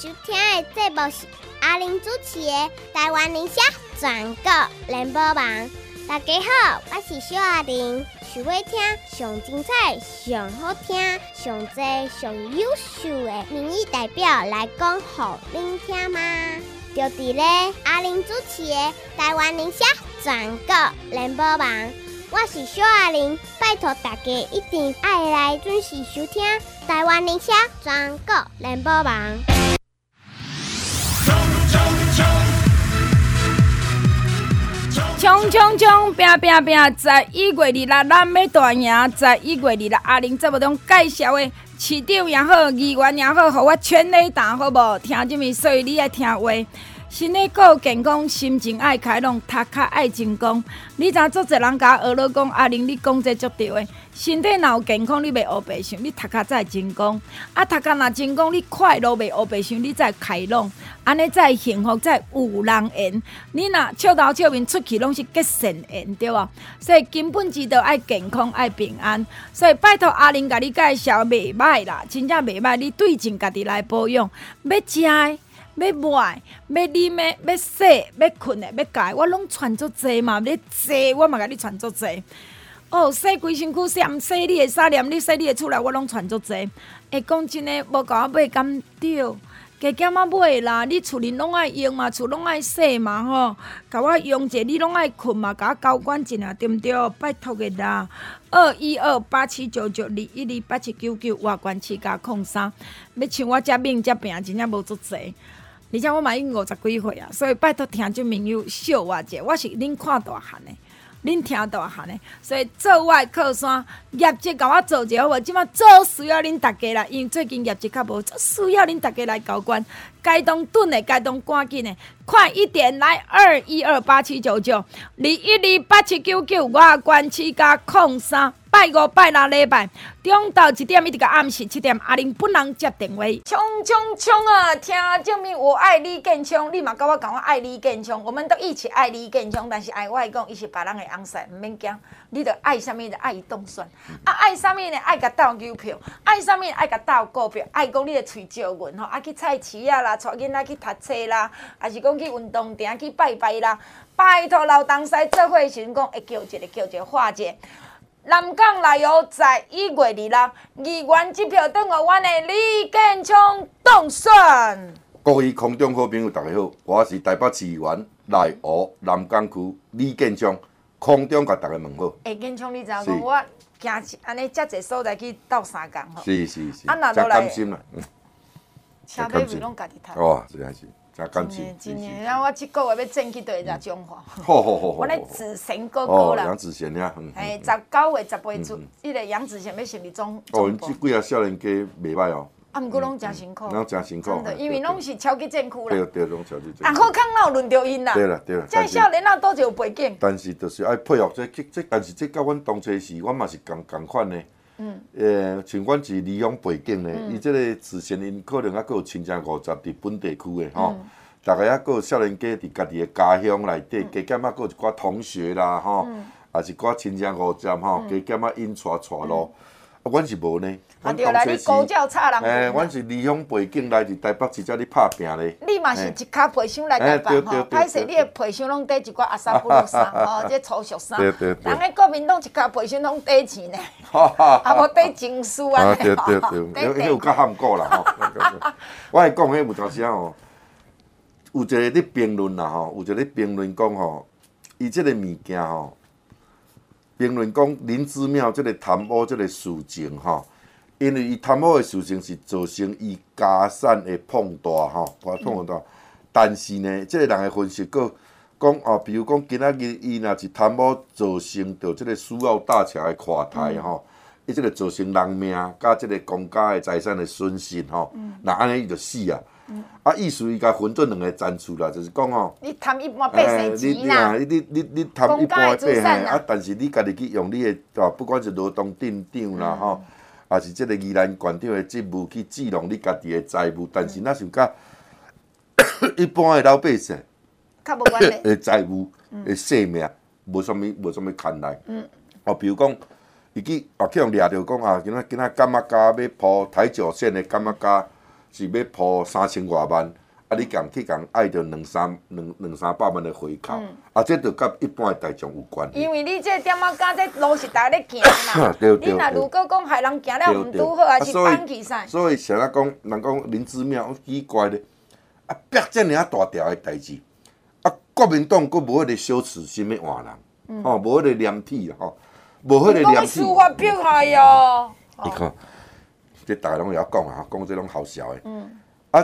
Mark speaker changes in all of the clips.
Speaker 1: 收听的节目是阿玲主持的《台湾人社全国联播网》。大家好，我是小阿玲。想要听上精彩、上好听、上多、上优秀的民意代表来讲给您听吗？就伫咧阿玲主持的《台湾人社全国联播网》。我是小阿玲，拜托大家一定要来准时收听台湾人社全国联播网。
Speaker 2: 冲冲冲，拼拼拼！在1月2日，咱要大赢。在1月2日，阿玲节目中介绍的市长也好，议员也好，互我全力打，好无？听什么？所以你爱听话。身体够健康，心情爱开朗，读脚爱精工。你知足侪人甲我学了讲，阿玲你讲这足对的。身体若有健康，你袂黑白想，你读脚才会精工。啊，读脚若精工，你快乐袂黑白想，你才会开朗。安尼才会幸福，才会有人缘。你若笑头笑面出去，拢是结善缘，对无？所以根本之道爱健康，爱平安。所以拜托阿玲甲你介绍，袂歹啦，真正袂歹。你对症家己来保养，要食的。要买、要啉的、要洗、要困的、要盖，我拢传足济嘛。你济，我嘛甲你传足济。哦，洗规身躯，洗你的衫，你洗你的厝内，我拢传足济。会讲真诶，无甲我买敢对？加减啊买啦，你厝里拢爱用嘛，厝拢爱洗嘛吼。甲我用者，你拢爱困嘛，甲我交管一下，对毋对？拜托个啦。212879921287999外关市加03，要像我遮命遮病，真正无足济。而且我嘛已经50几岁啊，所以拜托听众朋友惜我者，我是恁看大汉的，恁听大汉的，所以做我的靠山，业绩甲我做者好无？即马做需要恁大家来，因为最近业绩较无，做需要恁大家来交关，该当顿的，该当赶紧的，快一点来212879921287999外关市加03。拜5拜6礼拜，中昼1点一直到暗时7点，阿玲本人接电话。冲冲冲啊！听证明我爱李建昌，你嘛甲我讲我爱李建昌，我们都一起爱李建昌。但是爱我来讲，伊是别人的翁婿，唔免惊。你着爱啥物就爱伊当选，爱啥物呢？爱甲斗邮票，爱啥物爱甲斗股票，爱讲你的喙少运吼，爱去菜市啊啦，带囡仔去读册啦，还是讲去运动场去拜拜啦。拜托老同师做伙的时阵讲，会叫一个化解。南港来油在1月2日，议员一票等候阮的李建昌当选。
Speaker 3: 各位空中好朋友，大家好，我是台北市议员赖湖南港区李建昌，空中甲大家问好。
Speaker 2: 建昌，你知影讲我行安尼遮侪所在去斗3工吼？
Speaker 3: 是，
Speaker 2: 啊，那
Speaker 3: 真甘心啦。
Speaker 2: 车马费拢家己赚。
Speaker 3: 哇，真是。真感谢，
Speaker 2: 真的，然后我这个月要转去对一中华。
Speaker 3: 好。
Speaker 2: 我咧子贤哥哥啦。
Speaker 3: 杨子贤呀。
Speaker 2: 19月18出，迄个杨子贤要成立总。
Speaker 3: 因这几啊少年家袂歹哦。
Speaker 2: 啊，毋过拢真辛苦。
Speaker 3: 拢真辛苦。
Speaker 2: 真的，因为拢是超级战区啦。
Speaker 3: 对，拢超级战区。
Speaker 2: 啊，好康哪有轮到因啦。
Speaker 3: 对啦。
Speaker 2: 这少年哪多就有背景。
Speaker 3: 但是就是爱配合这，但是这甲阮当初时，阮嘛是共款呢。像阮是离乡背景呢，伊即个自身因可能还佫有亲情50伫本地区的吼，大概还佫有少年家伫家己的家乡内底，加减啊佫有一寡同学啦吼，也是寡亲情50吼，加减啊因带路，阮是无呢。
Speaker 2: 对啦，你高教差人。
Speaker 3: 阮是离乡背景来伫台北市遮咧拍拼咧。
Speaker 2: 你嘛是一卡皮箱来台北吼，歹势你的皮箱拢缀一寡阿萨布鲁衫吼，这粗俗衫。
Speaker 3: 对。
Speaker 2: 人个国民党一卡皮箱拢缀钱呢，啊无缀情书啊。
Speaker 3: 对，迄有较含糊啦吼。我来讲，迄有当时啊吼，有一个咧评论啦吼，有一个咧评论讲吼，伊即个物件吼，评论讲林姿妙即个贪污即个事情吼。因为伊贪污的事情是造成伊家产的膨大吼，膨大。但是呢，即个人的分析佫讲哦，比如讲今仔日伊若是贪污造成着即个苏澳大桥的垮台吼，伊即个造成人命甲即个公家的财产的损失吼，那安尼伊就死啊。啊，意思伊甲分做2个战术啦，就是讲吼，
Speaker 2: 你贪一般百姓钱啦，
Speaker 3: 你贪一般百姓啊，但是你家己去用你的不管是劳动镇长啦吼。也是即个宜兰县长的职务去记录你家己的财务，但是那像甲一般的老百姓，
Speaker 2: 较无关系
Speaker 3: 的财务的性命，无啥物牵来。比如讲，伊去互去互掠着讲啊，今仔干仔家要铺台九线的干仔家， 是要铺3000多万，啊，你去爱着两三百万的回扣，啊，这就甲一般的大众有关。
Speaker 2: 因为你这点仔干这路是大家咧行啦，你若如果讲害人行了唔拄好，还是放弃噻。
Speaker 3: 所以像咱讲，人讲林姿妙奇怪咧，啊，逼遮尔大条的代志，啊，国民党佫无迄个羞耻心的换人，吼，无迄个黏体啦，吼，无迄个黏体。
Speaker 2: 司法迫害哟。
Speaker 3: 你看，这大家拢会晓讲啊，讲这拢好笑的。啊，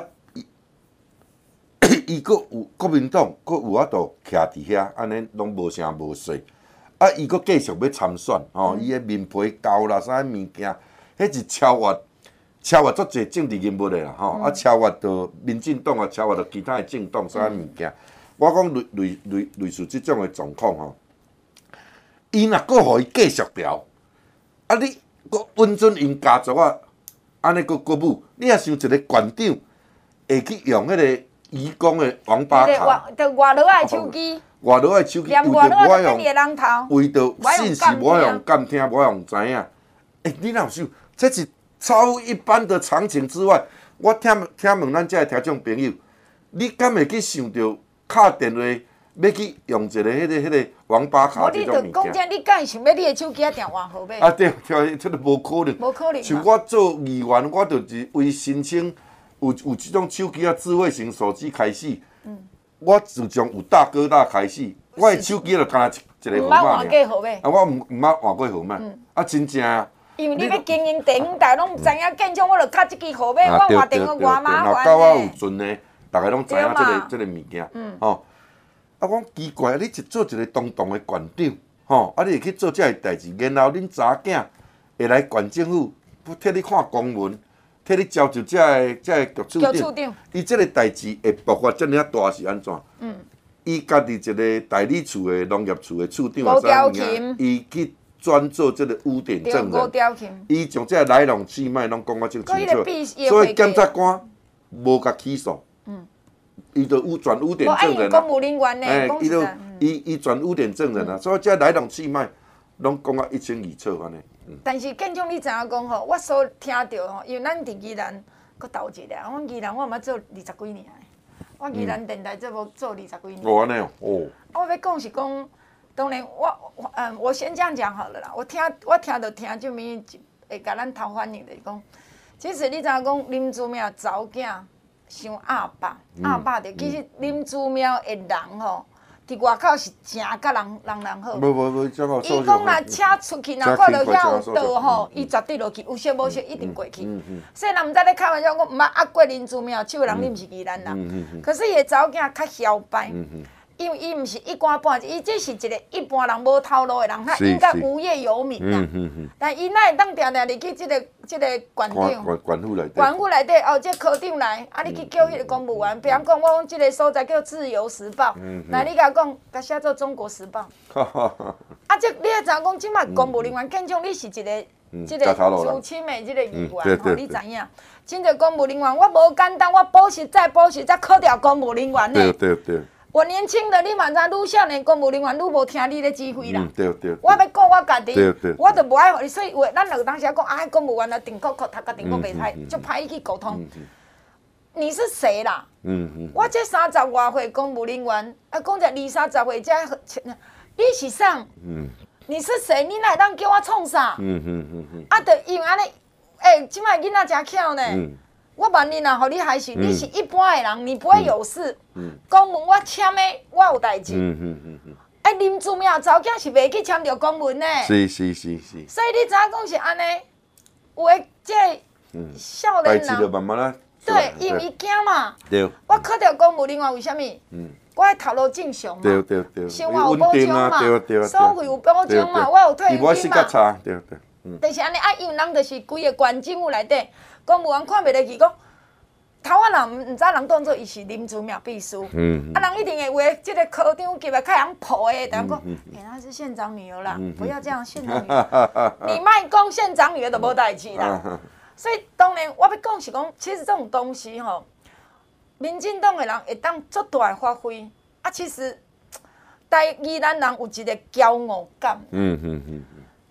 Speaker 3: 伊佫有国民党佫有法度徛伫遐，安尼拢无声无息。啊，伊佫继续要参选，吼，伊的面皮厚啦，啥物件，迄是超越足侪政治人物的啦，吼，啊，超越到民进党啊，超越到其他的政党啥物件。我讲类似即种的状况吼，伊若佫互伊继续调，啊，你佫温准因家族啊，安尼佫舞，你也想一个县长会去用迄个移工的王八卡，
Speaker 2: 就外劳的手机，
Speaker 3: 外劳的手机，
Speaker 2: 连外劳的人头，
Speaker 3: 为着信息无用监听，无用知影。你哪有想？这是超一般的场景之外。我听问咱遮的听众朋友，你敢会去想着敲电话要去用一个迄个王八卡这种物件？
Speaker 2: 讲真，你敢会想要你的手机定换号码？
Speaker 3: 啊对，这个无可能。
Speaker 2: 无可能。
Speaker 3: 像我做议员，我就是为申请有这种手机啊，智慧型手机开始。我自从有大哥大开始，我的手机就干一个号码尔。啊，我唔捌换过号码。啊，真正啊。
Speaker 2: 因为你要经营电影台，拢知影建厂，我就敲这支号码，我换电话偌麻烦
Speaker 3: 到我有存呢，大家拢知影这个物件。吼，啊，我奇怪，你做一个当的县长，吼，啊，你会去做这个代志，然后恁查囝会来县政府替你看公文，替你招就这个局处长。伊这个代志会爆发遮尔大是安怎？伊家己一个代理处的农业处的处长啊，啥物件，伊去专做这个污点证人，伊将这来龙去脉拢讲啊真清楚，所以检察官无甲起诉，伊就专污点证人啊，伊专污点证人啊，所以这来龙去脉拢讲啊一清二楚安尼。
Speaker 2: 但是建厂你知影讲吼，我所听到吼，因为咱伫宜兰搁斗一下，我宜兰我嘛做20几年，我宜兰电台做20几年。
Speaker 3: 哦安尼哦。
Speaker 2: 我要讲是讲。当然，我先这样讲好了啦。我听就听，就咪会甲咱头反应就是讲，其实你知影讲林姿妙查某囝伤阿爸着，其实林姿妙的人吼，伫外口是真甲人好。
Speaker 3: 无，
Speaker 2: 伊讲若车出去，若看到遐有道吼，伊绝对落去，有色无色一定过去。所以人毋知咧开玩笑，我毋捌压过林姿妙，手的人你毋是宜兰人。可是伊的查某囝较嚣摆。因为伊毋是一官半职，伊这是一个一般人无头路的人，他应该无业游民啦。但伊哪会当定定入去这个县长、县府内底哦，这科长来，啊，你去叫迄个公务员，比方讲，我讲这个所在叫《自由时报》，来你甲讲，甲写做《中国时报》。啊，这你也知影讲，即摆公务人员建厂，你是一个这个资深的这个议员吼，你知影？真侪公务人员，我无简单，我补习再考掉公务人员呢。对。我年轻的，你嘛知，愈少年公务人员愈无听你咧指挥啦。对。我要顾我家己，我就无爱互你，所以咱就当时讲，啊，公务员啊，定国读甲定国袂歹，就歹去沟通。你是谁啦？我这30外岁公务人员，啊，讲者20、30岁才，你是啥？你是谁？你哪会当叫我创啥？啊，就因为安尼，即摆囡仔真巧呢。我万年啊，互你害死，你是一般的人，你不会有事。公文我签的，我有代志。林姿妙查某囝是袂去签着公文呢。是。所以你知影讲是安尼，有诶，这少年人。代志就慢慢啦。对，因为伊惊嘛。对。我考着公务人员为虾米？我的头路正常嘛。对。生活有保障嘛。收费有保障嘛，我有退休金嘛。对。但是安尼啊，因为人就是规个县政府内底。公务员看袂落去，讲头仔人毋知人当作伊是林姿妙秘书，啊，人一定会为这个科长级的较人抱的，但讲，她是县长女儿啦，不要这样，县长女儿，你莫讲县长女儿就无代志啦。所以当然，我要讲是讲，其实这种东西吼，民进党的人会当足大的发挥，啊，其实，但宜兰人有一个骄傲感。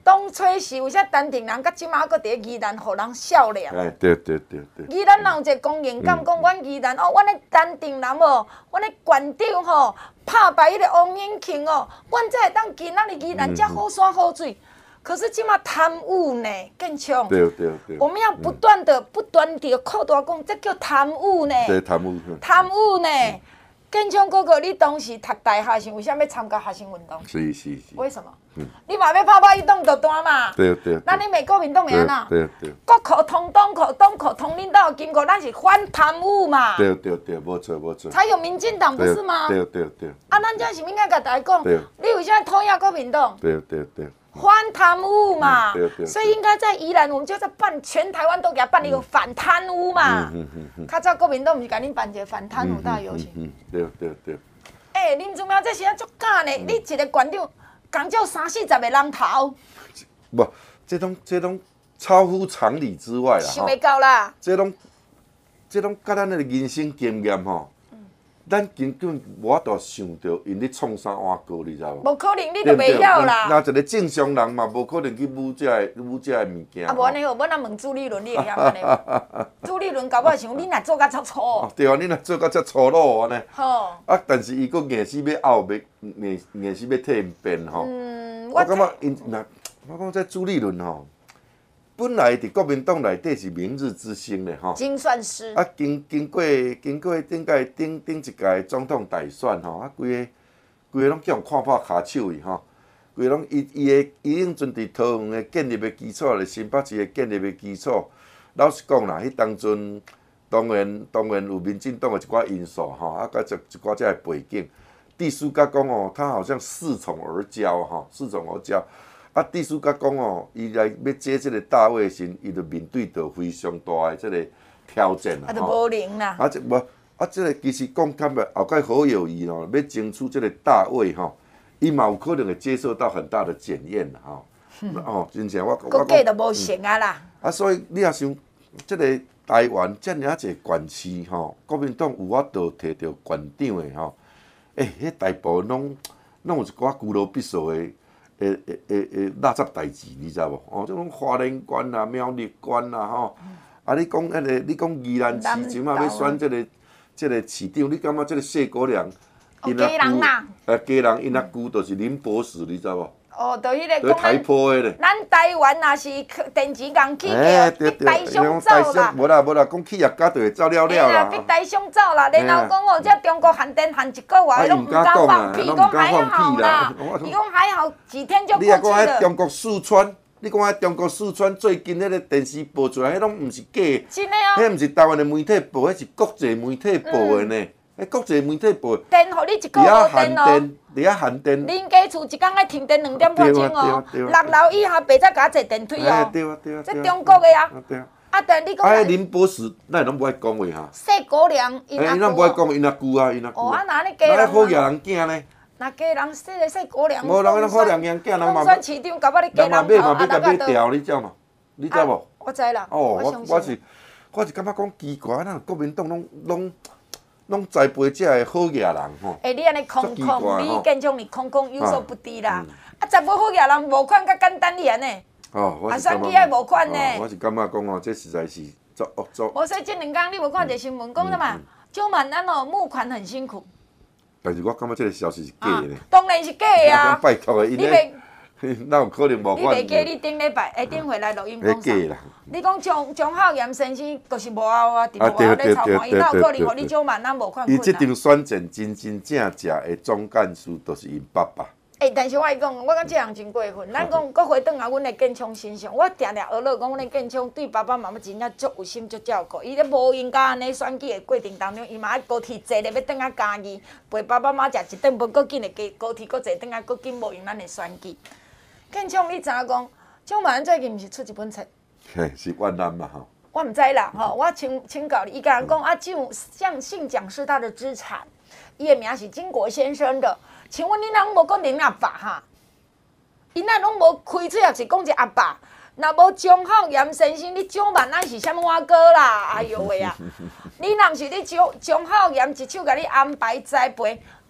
Speaker 2: 东吹西，为啥陈定南甲即马搁伫宜兰，互人笑脸？
Speaker 3: 哎，对。
Speaker 2: 宜兰人有一个公认感，讲阮宜兰哦，阮的陈定南哦，阮的县长吼，拍败迄个王永庆哦，阮才会当今仔日宜兰遮好山好水。可是即马贪污呢，建昌。
Speaker 3: 对。
Speaker 2: 我们要不断地扩大讲，这叫贪污呢。
Speaker 3: 对，贪污。
Speaker 2: 贪污呢？建昌哥哥，你当时读大学时，为啥要参加学生运动？
Speaker 3: 是。
Speaker 2: 为什么？你嘛要拍运动就单嘛。对。那你美国民党员啊？
Speaker 3: 对。
Speaker 2: 国库通东库通领导经过，咱是反贪污嘛。
Speaker 3: 对，无错。
Speaker 2: 才有民进党不是吗？
Speaker 3: 对。
Speaker 2: 啊，咱这是应该甲大家讲，你为啥讨厌国民党？
Speaker 3: 对。
Speaker 2: 反贪污嘛，
Speaker 3: 对。
Speaker 2: 所以应该在宜兰，我们就在办全台湾都给他办一个反贪污嘛。较早国民党不是给恁办一个反贪污大游行？
Speaker 3: 对。
Speaker 2: 林祖苗这时啊足假呢，你一个县长讲叫30-40个人头，
Speaker 3: 不，这种超乎常理之外啦。
Speaker 2: 想袂到啦。
Speaker 3: 这种甲咱的人生经验吼。咱根本无法度想到因咧创啥碗糕，你知无？
Speaker 2: 无可能，你都袂晓啦。
Speaker 3: 那一个正常人嘛，无可能去舞这物件。
Speaker 2: 啊，无安尼好，我若问朱立伦，你会晓安尼无？朱立伦搞不好想，你若做甲遮粗。
Speaker 3: 对啊，你若做甲遮粗鲁安尼。
Speaker 2: 好。
Speaker 3: 啊，但是伊佫硬死要拗，硬死要替因辩吼。我感觉因若我讲这朱立伦吼。本来伫国民党内底是明日之星咧吼，
Speaker 2: 精算师
Speaker 3: 啊，经过顶一届总统大选吼，啊，规个拢叫人看破骹手去吼，规个拢伊已经阵伫桃园的建立的基础，咧新北市的建立的基础。老实讲啦，迄当阵当然有民进党的一寡因素吼，啊，甲一寡遮的背景，地书甲讲哦，他好像恃宠而骄吼，恃宠而骄。啊，地书甲讲哦，伊来要接这个大位时，伊就面对着非常大的这个挑战啦。
Speaker 2: 啊，就无能啦。
Speaker 3: 啊，这无啊，这个其实讲坦白，后盖好友谊哦，要争取这个大位吼，伊嘛有可能会接受到很大的检验啦吼。哦，真正我
Speaker 2: 讲都无成啊啦。
Speaker 3: 啊，所以你也想，这个台湾遮尔一个县市吼，国民党有法度摕到县长的吼，迄大部拢有一寡孤陋必数的。垃圾代志，你知无？哦，即种花莲县啦、苗栗县啦，吼。啊，你讲迄个，你讲宜兰市前啊要选这个市长，你感觉这个谢国良，
Speaker 2: 因啊
Speaker 3: 姑，家人因啊姑就是林博士，你知无？
Speaker 2: 哦，就迄个
Speaker 3: 讲台坡的咧。
Speaker 2: 咱台湾若是电池工企业，逼台商走啦。
Speaker 3: 无啦，讲企业家就会走了啦。
Speaker 2: 逼台商走啦，然后讲哦，这中国限电限一个月，拢唔敢放屁，讲还好啦。伊讲还好，几天就过去了。
Speaker 3: 你讲喺中国四川，你讲喺中国四川最近迄个电视播出来，迄拢唔是假。
Speaker 2: 真的啊。
Speaker 3: 迄唔是台湾的媒体播，迄是国际媒体播的呢。国际媒体报，
Speaker 2: 电，互你一个月无电哦。
Speaker 3: 伫遐限电。
Speaker 2: 恁家厝一工爱停电2点半钟哦。6楼以下白再甲坐电梯哦。
Speaker 3: 对。
Speaker 2: 这中国的啊。
Speaker 3: 对啊。
Speaker 2: 啊，但你讲。
Speaker 3: 啊，林博士，咱拢无爱讲话哈。
Speaker 2: 谢国良，因阿姑。
Speaker 3: 咱无爱讲因阿姑啊，因阿姑。
Speaker 2: 哦，啊，那你家人。
Speaker 3: 那好野人囝呢？
Speaker 2: 那家人谢国良。
Speaker 3: 无人好良囝，人嘛。
Speaker 2: 选市长，搞不你家人头。
Speaker 3: 人嘛要甲买掉，你知嘛？你知无？
Speaker 2: 我知啦。
Speaker 3: 哦，我是感觉讲奇怪，咱国民党拢栽培这个好野人吼。
Speaker 2: 你安尼空，你建昌你空有所不知啦。啊，十个好野人募款较简单哩安尼。
Speaker 3: 哦，我是
Speaker 2: 选举爱募款呢。
Speaker 3: 我是感觉讲哦，这实在是做恶作。
Speaker 2: 无说这2天你无看一个新闻讲了嘛？就满咱哦募款很辛苦。
Speaker 3: 但是我感觉这个消息是假的。
Speaker 2: 当然是假的啊！
Speaker 3: 拜托的，因为哪有可能无款？
Speaker 2: 你袂记你顶礼拜顶回来录音讲啥？你讲张浩炎先生就是无效啊，伫无效咧操盘，伊哪有可能互你少万咱无款？
Speaker 3: 伊这场选战真正的总干事都是因爸爸。
Speaker 2: 但是我讲，我讲这人真过分。咱讲，搁回转来，阮的建昌身上，我常常学了讲，阮的建昌对爸爸妈妈真正足有心、足照顾。伊咧无应该安尼选举的过程当中，伊嘛爱高铁坐咧要转啊家己，陪爸爸妈妈食一顿饭，搁紧的高铁搁坐转啊，搁紧无用咱的选举。建昌，你知影讲，蒋万安最近毋是出一本册？
Speaker 3: 嘿，是万安嘛吼。
Speaker 2: 我毋知啦，吼，我请教你，伊甲人讲啊，像姓蒋是他的资产，伊的名是金国先生的。请问你哪无讲恁阿爸哈？伊哪拢无开嘴，也是讲一阿爸。若无张浩炎先生，你蒋万安是啥物碗糕啦？哎呦喂啊！你若毋是你张浩炎一手甲你安排栽培，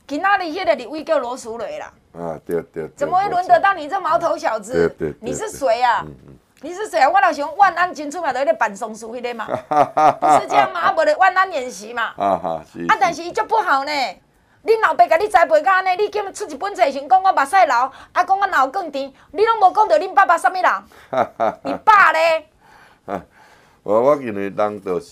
Speaker 2: 今仔日迄个立委叫罗淑蕾啦。
Speaker 3: 啊，对对。
Speaker 2: 怎么会轮得到你这毛头小子？
Speaker 3: 对。
Speaker 2: 你是谁啊？你是谁啊？我老想万安真出名的迄个办松树迄个嘛，不是这样吗？啊，无咧万安演习嘛。
Speaker 3: 是。
Speaker 2: 但是伊足不好呢。恁老爸甲你栽培到安尼，你叫出一本册先讲我目屎流，啊讲我脑更甜，你拢无讲到恁爸爸什么人？你爸咧？
Speaker 3: 我认为人就是，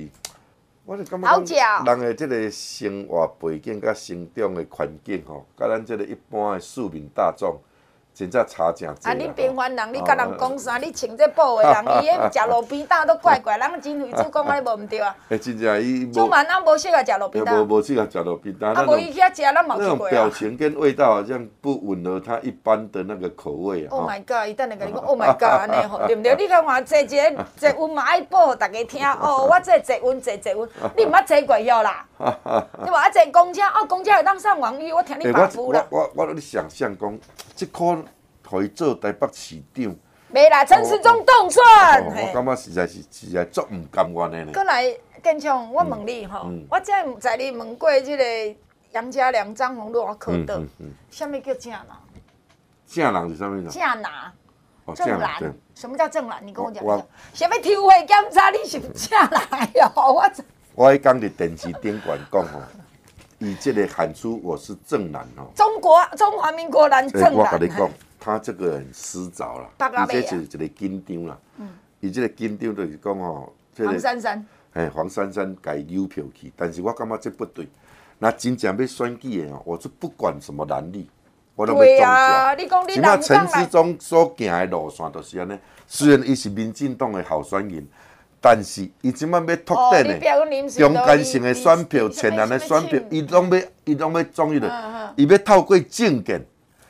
Speaker 3: 我就感觉人的这个生活背景甲成长的环境吼，甲咱这个一般的市民大众。真正差真济。
Speaker 2: 你平凡人，你甲人讲啥？你穿这布的人，伊迄食路边摊都怪怪，人真会主讲安尼无毋对啊。
Speaker 3: 真正伊
Speaker 2: 就蛮咱无适合食路边摊。
Speaker 3: 无适合食路边摊。
Speaker 2: 啊，无伊遐食，咱冇
Speaker 3: 那种表情跟味道好像不吻合他一般的那个口味啊。
Speaker 2: Oh my god！ 伊等下甲你讲 ，Oh my god！ 安尼吼，对毋对？你看话坐温嘛爱报互大家听哦。我这坐温，你毋捌坐过哟啦？你无啊坐公车，公车会当上网域，我听你把夫啦。
Speaker 3: 我咧想象讲，即可可以做台北市长。
Speaker 2: 袂啦，陈时中当选。
Speaker 3: 我感觉实在足毋甘愿的呢。
Speaker 2: 过来，建昌，我问你吼，我真在你问过即个杨家良、张宏洛柯德，什么叫正人？
Speaker 3: 正人是啥物？
Speaker 2: 正男。正蓝。什么叫正蓝？你跟我讲一下。什么抽血检查你是正男哟？
Speaker 3: 我迄天伫电视顶管讲吼。以这个喊出我是正男哦，
Speaker 2: 中华民国男正男。
Speaker 3: 我跟你讲，他这个很失早啦，而且就是一个紧张啦。伊这个紧张就是讲吼，
Speaker 2: 黄珊珊，
Speaker 3: 黄珊珊改邮票去，但是我感觉这不对。那真正要选举的哦，我是不管什么蓝绿，我都要宗教。
Speaker 2: 你讲你
Speaker 3: 起码陈时中所行的路线就是安尼，虽然伊是民进党的候选人。但是，伊即摆要拓展的中间性的选票、前南的选票，伊拢要总伊了。伊要透过证件，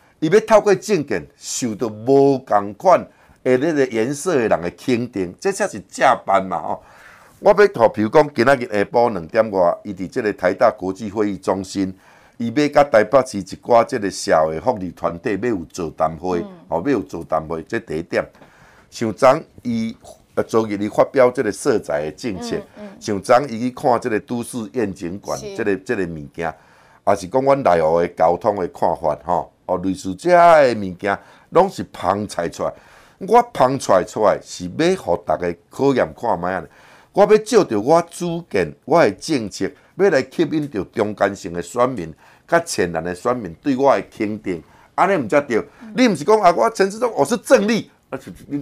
Speaker 3: 受到无共款的那个颜色的人的肯定，这才是正办嘛吼。我要互，比如讲，今仔日下晡2点外，伊伫即个台大国际会议中心，伊要甲台北市一寡即个社会福利团体要有座谈会，要有座谈会，这第一点。像昨伊。昨日伊发表这个社宅的政策，像昨伊去看这个都市愿景馆，这个物件，也是讲阮内湖的交通的看法吼，类似这的物件，拢是旁菜出来。我旁出来是要互大家考验看卖啊！我要照着我主见、我的政策，要来吸引着中间性的选民，甲前南的选民对我的肯定，安尼毋才对。你毋是讲我陈时中我是正立。你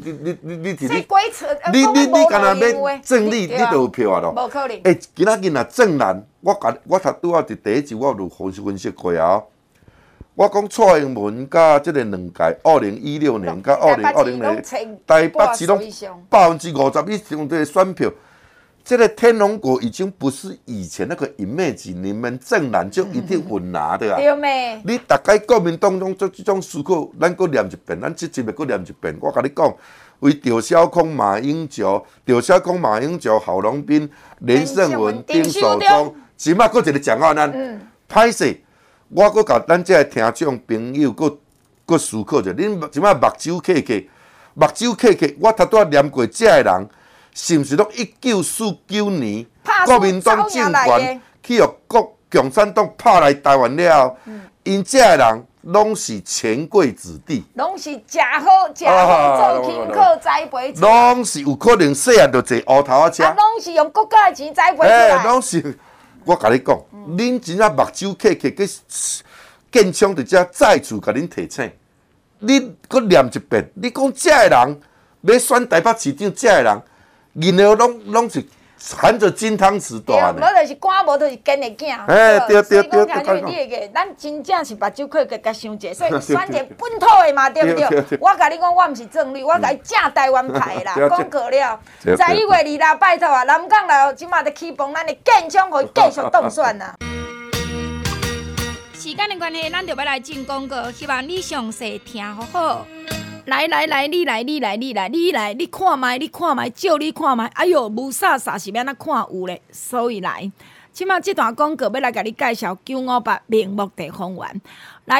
Speaker 3: 敢若要正立，你就有票啊咯？
Speaker 2: 无可能。
Speaker 3: 今仔日若正蓝，我头拄仔伫第一集我有分析过啊。我讲蔡英文甲即个两届2016年甲2020年，台北市拢50%以上的选票。这个天龙国已经不是以前那个image，你们正蓝就一定稳拿的啊！
Speaker 2: 对咩？
Speaker 3: 你大概国民党中这种思考，咱搁念一遍，咱这集要搁念一遍。我甲你讲，为赵少康、马英九、郝龙斌、连胜文、丁守中，起码搁一个蒋万安。歹势，我搁甲咱这听众朋友搁思考者，恁即摆目睭客，我头拄仔念过这个人。是毋是拢1949年国民党政权去互共产党拍来台湾了后，因这个人拢是权贵子弟，
Speaker 2: 拢是食好做勤课栽培，
Speaker 3: 拢是有可能细汉就坐乌头车，
Speaker 2: 拢是用国家的钱栽培出来。
Speaker 3: 拢是我甲你讲，恁真正目睭客去建昌伫遮再次甲恁提醒，你搁念一遍，你讲这个人要选台北市长，这个人。然后拢是含着金汤匙大
Speaker 2: 的，无就是官，无就是奸的囝。
Speaker 3: 对。
Speaker 2: 所以讲，你会个，咱真正是目睭看个甲伤济，所以选一个本土的嘛，对不对？我甲你讲，我毋是正绿，我甲你正台湾派啦。讲过了，11月2日拜托啊，南港来即马在起蹦，咱的建昌会继续当选啦。时间的关系，咱就要来进广告，希望你详细听好好。来，你来，你看卖，照你看卖。哎哟，无啥是要哪看有咧，所以来。即马这段广告要来甲你介绍958名目地方园。来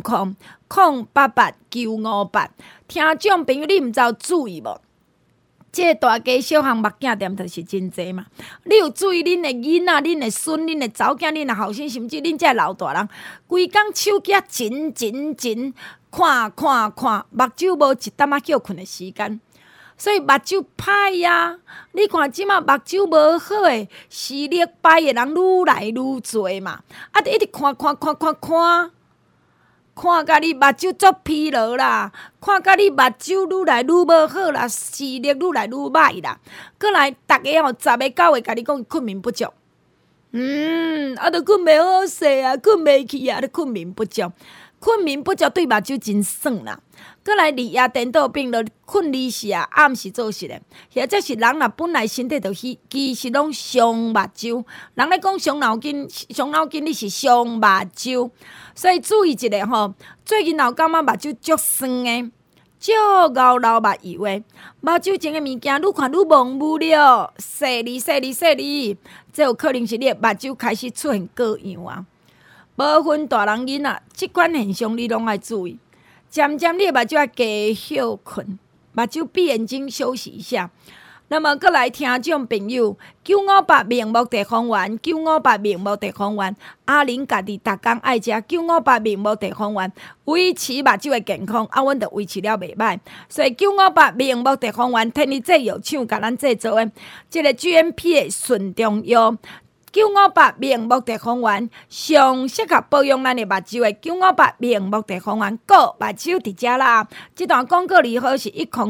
Speaker 2: 0800088958，0800088958，听众朋友你毋知有注意无？ 即个大家小项目囝店就是真济嘛。你有注意恁的囡仔、恁的孙、恁的查某囝、恁的后生，甚至恁遮老大人，规工手机真看，目睭无一点仔休困的时间，所以目睭歹啊。你看即马目睭无好的、视力歹的人愈来愈侪嘛，啊，一直看，看甲你目睭足疲劳啦，看甲你目睭愈来愈无好啦，视力愈来愈歹啦。过来，逐个10个9个甲你讲困眠不足，都困袂好势啊，困袂去啊，困眠不足。困眠不足对目睭真爽啦。过来，日夜颠倒病了，困2时啊，暗时做事的，或者是人若本来身体就其实拢伤目睭。人咧讲伤脑筋，你是伤目睭。所以注意一下吼，最近有感觉目睭足酸的，足熬流目油的，目睭前的物件愈看愈模糊了，细哩，这有可能是你的目睭开始出现过样啊。无分大人囡仔，即款现象你拢爱注意。渐渐你的目睭要加休困，目睭闭眼睛休息一下。那么，搁来听众朋友，958名目地方圆，958名目地方圆，阿玲家己逐工爱食958名目地方圆，维持目睭的健康，阮就维持了袂歹。所以958名目地方圆，天日这药厂甲咱制作的，即个 GMP 的纯中药。958名目地方圆，上适合保养咱的目睭的958名目地方圆，个目睭伫遮啦。这段广告里好是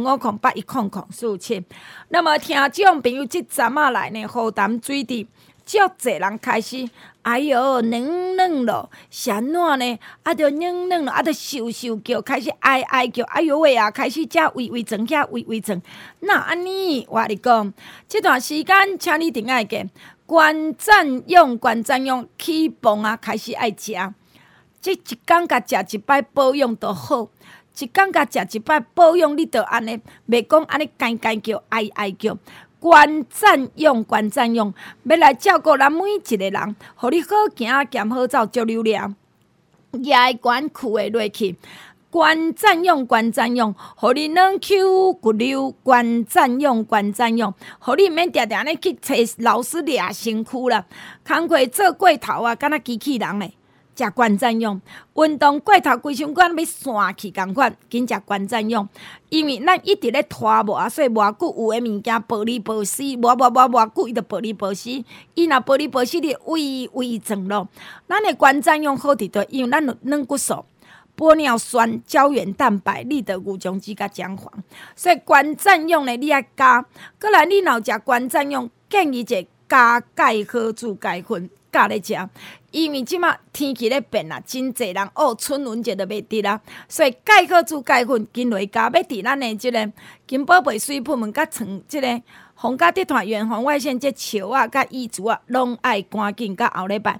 Speaker 2: 10508100447。那么听众朋友，这阵仔来呢，河淡水滴，足侪人开始，哎哟，冷咯，啥暖呢？啊，着冷咯，啊，着咻叫，开始哀叫，哎哟喂啊，开始遮微整，遐微整。那安尼，我你讲，这段时间，请你定爱个。关赞用起磅啊，开始爱食。即一工甲食一摆保养就好，一工甲食一摆保养，你着安尼，袂讲安尼干叫、哀叫。关赞用，要来照顾咱每一个人，互你好行兼好走，足溜了，牙关跍会落去。关赞用，互你软 Q 骨溜。关赞用，互你免定定咧去找老师掠身躯啦。工课做过头啊，敢若机器人咧。食关赞用，运动过头规身躯要散去共款，紧食关赞用。因为咱一直咧拖磨，所以磨久有诶物件薄里薄死，磨久伊就薄里薄死。伊若薄里薄死，你微整咯。咱诶关赞用好伫倒，因为咱有软骨素。玻尿酸、胶原蛋白、立德乳浆基甲姜黄，所以关赞用呢，你爱加。过来，你若食关赞用，建议者加钙好注钙粉，加咧食。因为即马天气咧变啦，真侪人春轮节都袂得啦，所以钙好注钙粉紧落加，要伫咱的即个金宝贝水品们甲创即个。红甲集团远红外线这树啊，甲衣竹啊，拢爱赶紧甲后礼拜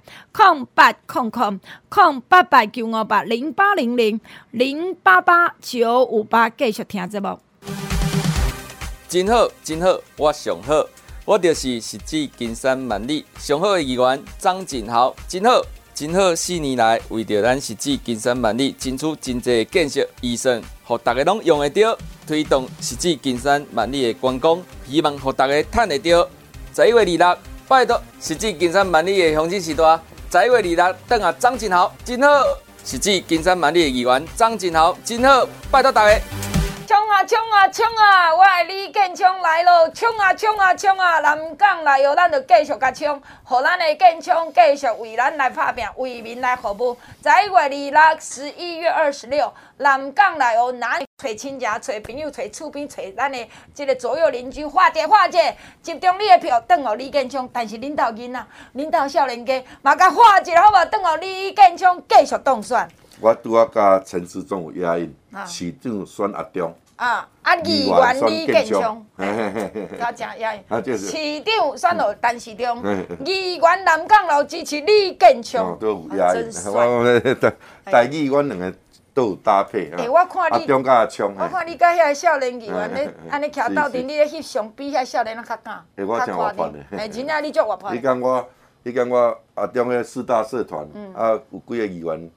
Speaker 2: 08000808000800088958继续听节目。
Speaker 4: 真好，我上好，我就是实至金山万里上好的议员张锦豪，真好，4年来为着咱实至金山万里争取真济建设预算，互大家拢用得到。推动实至金山万里的观光，希望互大家趁得到。11月26，拜托实至金山万里的乡亲时代，11月26，等下张锦豪，真好！实至金山万里的议员张锦豪，真好！拜托大家。
Speaker 2: 冲啊！我的李建昌来咯！冲啊！南港来哦，咱就继续甲冲，互咱的建昌继续为咱来拍拼，为民来服务。11月26、11月26，南港来哦，哪找亲戚、找朋友、找厝边、找咱的这个左右邻居，化解，集中你的票，等候李建昌。但是恁兜囡仔、恁兜少年家，嘛甲化解好无？等候李建昌继续当选。
Speaker 3: 我拄仔甲陈时中有押韵，市长选阿中。
Speaker 2: 议员李建昌，我正押韵。市长选落陈时中，议员南港路支持李建昌。
Speaker 3: 都有押韵。台语阮两个都有搭配。
Speaker 2: 我看你
Speaker 3: 阿中甲阿昌。
Speaker 2: 我看你甲遐少年议员咧，安尼徛斗阵，你咧翕相，比遐少年较敢。
Speaker 3: 我真活泼
Speaker 2: 的。真正你足活泼。
Speaker 3: 你讲我阿中个4大社团，有几个议员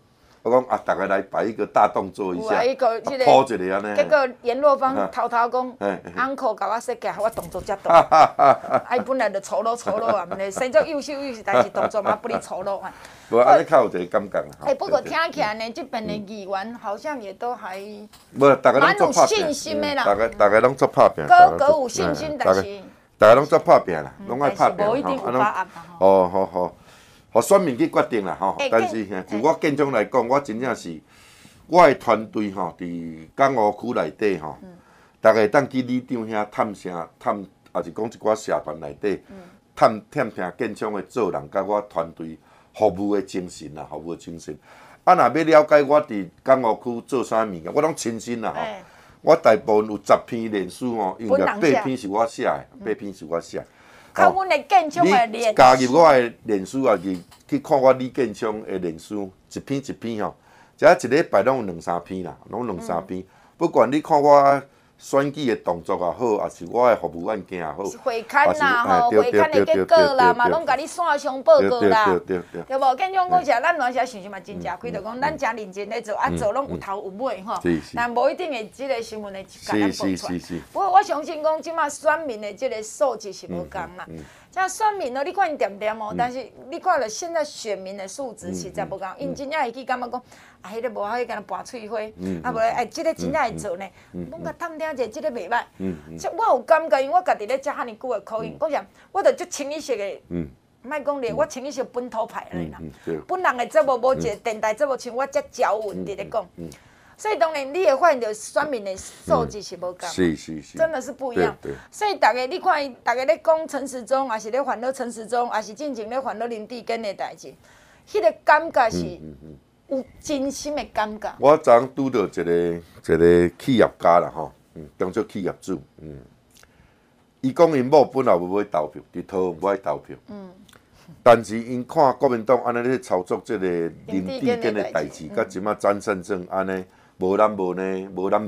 Speaker 3: 我讲啊，大家来摆一个大动作一下，
Speaker 2: 抛
Speaker 3: 一个安尼。
Speaker 2: 结果阎罗方偷偷讲 ，uncle 甲我说起来，我动作遮大，哎，本来就粗鲁啊，唔是生作优秀，但是动作嘛不哩粗鲁啊。
Speaker 3: 无安尼较有一个感觉啦。
Speaker 2: 哎，不过听起来呢，这边的议员好像也都还
Speaker 3: 蛮
Speaker 2: 有信心的啦。
Speaker 3: 大家拢做拍拼，
Speaker 2: 各有信心，但是
Speaker 3: 大家拢做拍拼啦，拢爱拍拼。
Speaker 2: 无一定有把握嘛。
Speaker 3: 互选民去决定啦吼。但是就我建中来讲，我真正是我的团队吼，伫港湖区内底吼，大家当去里长遐探声探，也是讲一寡社团内底探听建中的做人，甲我团队服务的精神啦，服务的精神。啊，若要了解我伫港湖区做啥物件，我拢亲身啦吼。我大部分有10篇脸书吼，应该8篇是我写的，8篇是我写。
Speaker 2: 看阮的建昌的脸，
Speaker 3: 你加入我的脸书啊，去看我李建昌的脸书，一篇一篇吼，只一礼拜拢有2-3篇啦，拢2-3篇。不管你看我选举的动作也好，还是我的服务案件也好，
Speaker 2: 会刊啦吼，会刊的结果啦，嘛拢甲你线上报告啦，对无？建昌讲起来，咱当时想想嘛，真正开，就讲咱真认真咧做，啊做拢有头有尾吼，但无一定会即个新闻会甲咱报出来。不过我相信讲，即马选民的即个素质是无共啦。像选民哦，你看因点点哦，但是你看了现在选民的素质实在无共，因真正会去感觉讲，啊，迄个无好，迄敢若拔喙花，啊无哎，即个真正会做呢，拢甲探听者，即个袂歹。即我有感觉，因为我家己咧食遐尼久的口音，讲啥，我着足清一色的，莫讲咧，我清一色本土派的啦。本人的节目无一个电台节目像我遮交文伫咧讲。所以当然，你会发现到选民的素质是无共，
Speaker 3: 是，
Speaker 2: 真的是不一样。所以大家你看，大家咧讲陈时中，还是咧烦恼陈时中，还是进前咧烦恼林志坚的代志，迄个感觉是有真心的感觉。
Speaker 3: 我昨昏拄到一个企业家啦吼，当作企业主，伊讲因某本来无要投票，伫桃园无爱投票，但是因看国民党安尼咧操作即个林志坚的代志，甲即马张善政安尼。无男无女，无迄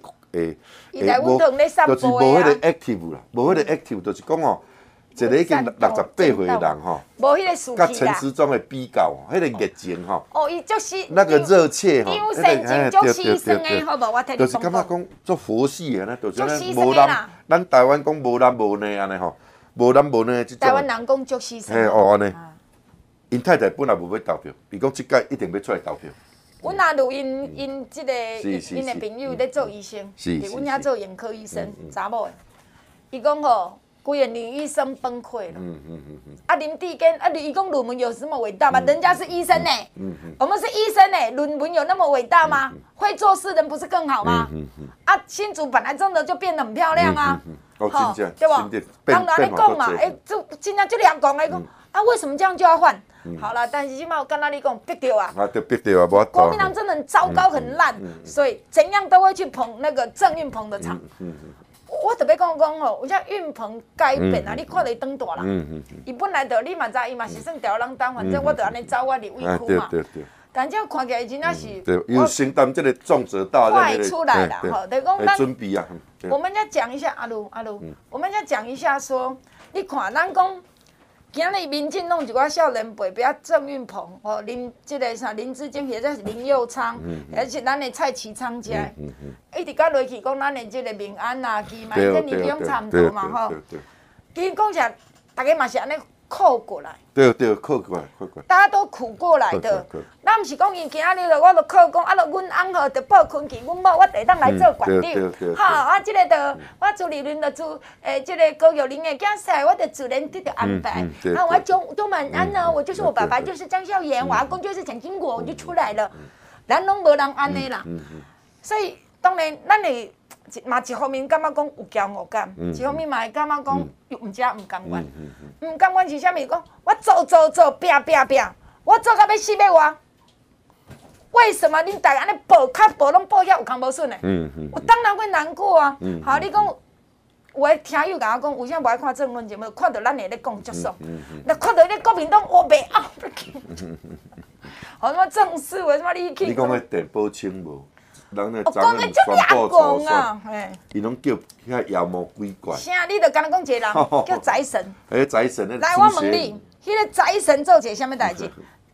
Speaker 3: 个 active 啦，无迄个 active，就是讲吼，一个已经68岁的人吼，
Speaker 2: 无迄个士气啦。
Speaker 3: 甲陈时中的比较，迄个热情吼，
Speaker 2: 伊就是
Speaker 3: 那个热切吼，
Speaker 2: 对，好无？我替你
Speaker 3: 就是感觉讲做佛系的呢，就是无男，咱台湾讲无男无女安尼吼，无男无女即种。
Speaker 2: 台湾人讲足牺牲。
Speaker 3: 嘿，安尼，因太太本来无要投票，伊讲即届一定要出来投票。
Speaker 2: 阮也录因即个因的朋友咧做医生，伫阮遐做眼科医生，查某的。伊讲吼，规个女医生崩溃了。啊，林志坚，伊讲论文有什么伟大吗？人家是医生呢，我们是医生呢，论文有那么伟大吗？会做事人不是更好吗？啊，新竹本来真的就变得很漂亮啊，
Speaker 3: 吼，
Speaker 2: 对不？当然你讲嘛，就真正就两讲的讲，啊，为什么这样就要换？好了，但是即马刚才你讲逼掉啊，
Speaker 3: 就逼掉啊，无
Speaker 2: 国民党真的很糟糕很烂，所以怎样都会去捧那个郑运鹏的场。我特别讲吼，有像运鹏改变啊，你看到伊当大人，伊本来就你嘛知，伊嘛是算吊儿郎当，反正我就安尼走我入委屈嘛。但这看起来真正是，
Speaker 3: 有承担这个重责大任
Speaker 2: 快出来了哈，等于讲
Speaker 3: 准备啊。
Speaker 2: 我们再讲一下阿鲁，我们再讲一下说，你看咱讲。今日民进弄一寡少年辈，比如郑运鹏、哦林志坚，或者是林佑昌，而且咱的蔡其昌遮，一直到落去讲咱的即个民安啊、基嘛，这年纪差不多嘛吼。其实讲起来，大家嘛是安尼苦过来。
Speaker 3: 对，苦过来。
Speaker 2: 大家都苦过来的。咱毋是讲伊今仔日了，我著靠讲，啊，阮翁吼著报困去，阮某我会当来做馆长。好，啊，即个著我朱立伦著朱即个高玉玲的囝婿，我著自然得到安排。啊，我钟满安呢，我就是我爸爸就是张孝炎，我阿公就是蒋经国，我就出来了。咱拢无人安尼啦。所以当然，咱会嘛一方面感觉讲有骄傲感，一方面嘛会感觉讲又毋甘愿。毋甘愿是啥物？讲我做，拼，我做到要死要活。为什么恁大家安尼报拢报遐有空无顺的？我当然会难过啊。好，你讲有诶听友甲我讲，为啥无爱看政论节目？看到咱会咧讲足爽，那看到迄个国民党我袂啊！好什么正视为什么你去？
Speaker 3: 你讲迄电报清无？人咧昨日宣布初选，伊拢叫遐妖魔鬼怪。
Speaker 2: 啥？你著敢若讲一个人叫财神。
Speaker 3: 财神咧。
Speaker 2: 来，我问你，迄个财神做一个啥物代志？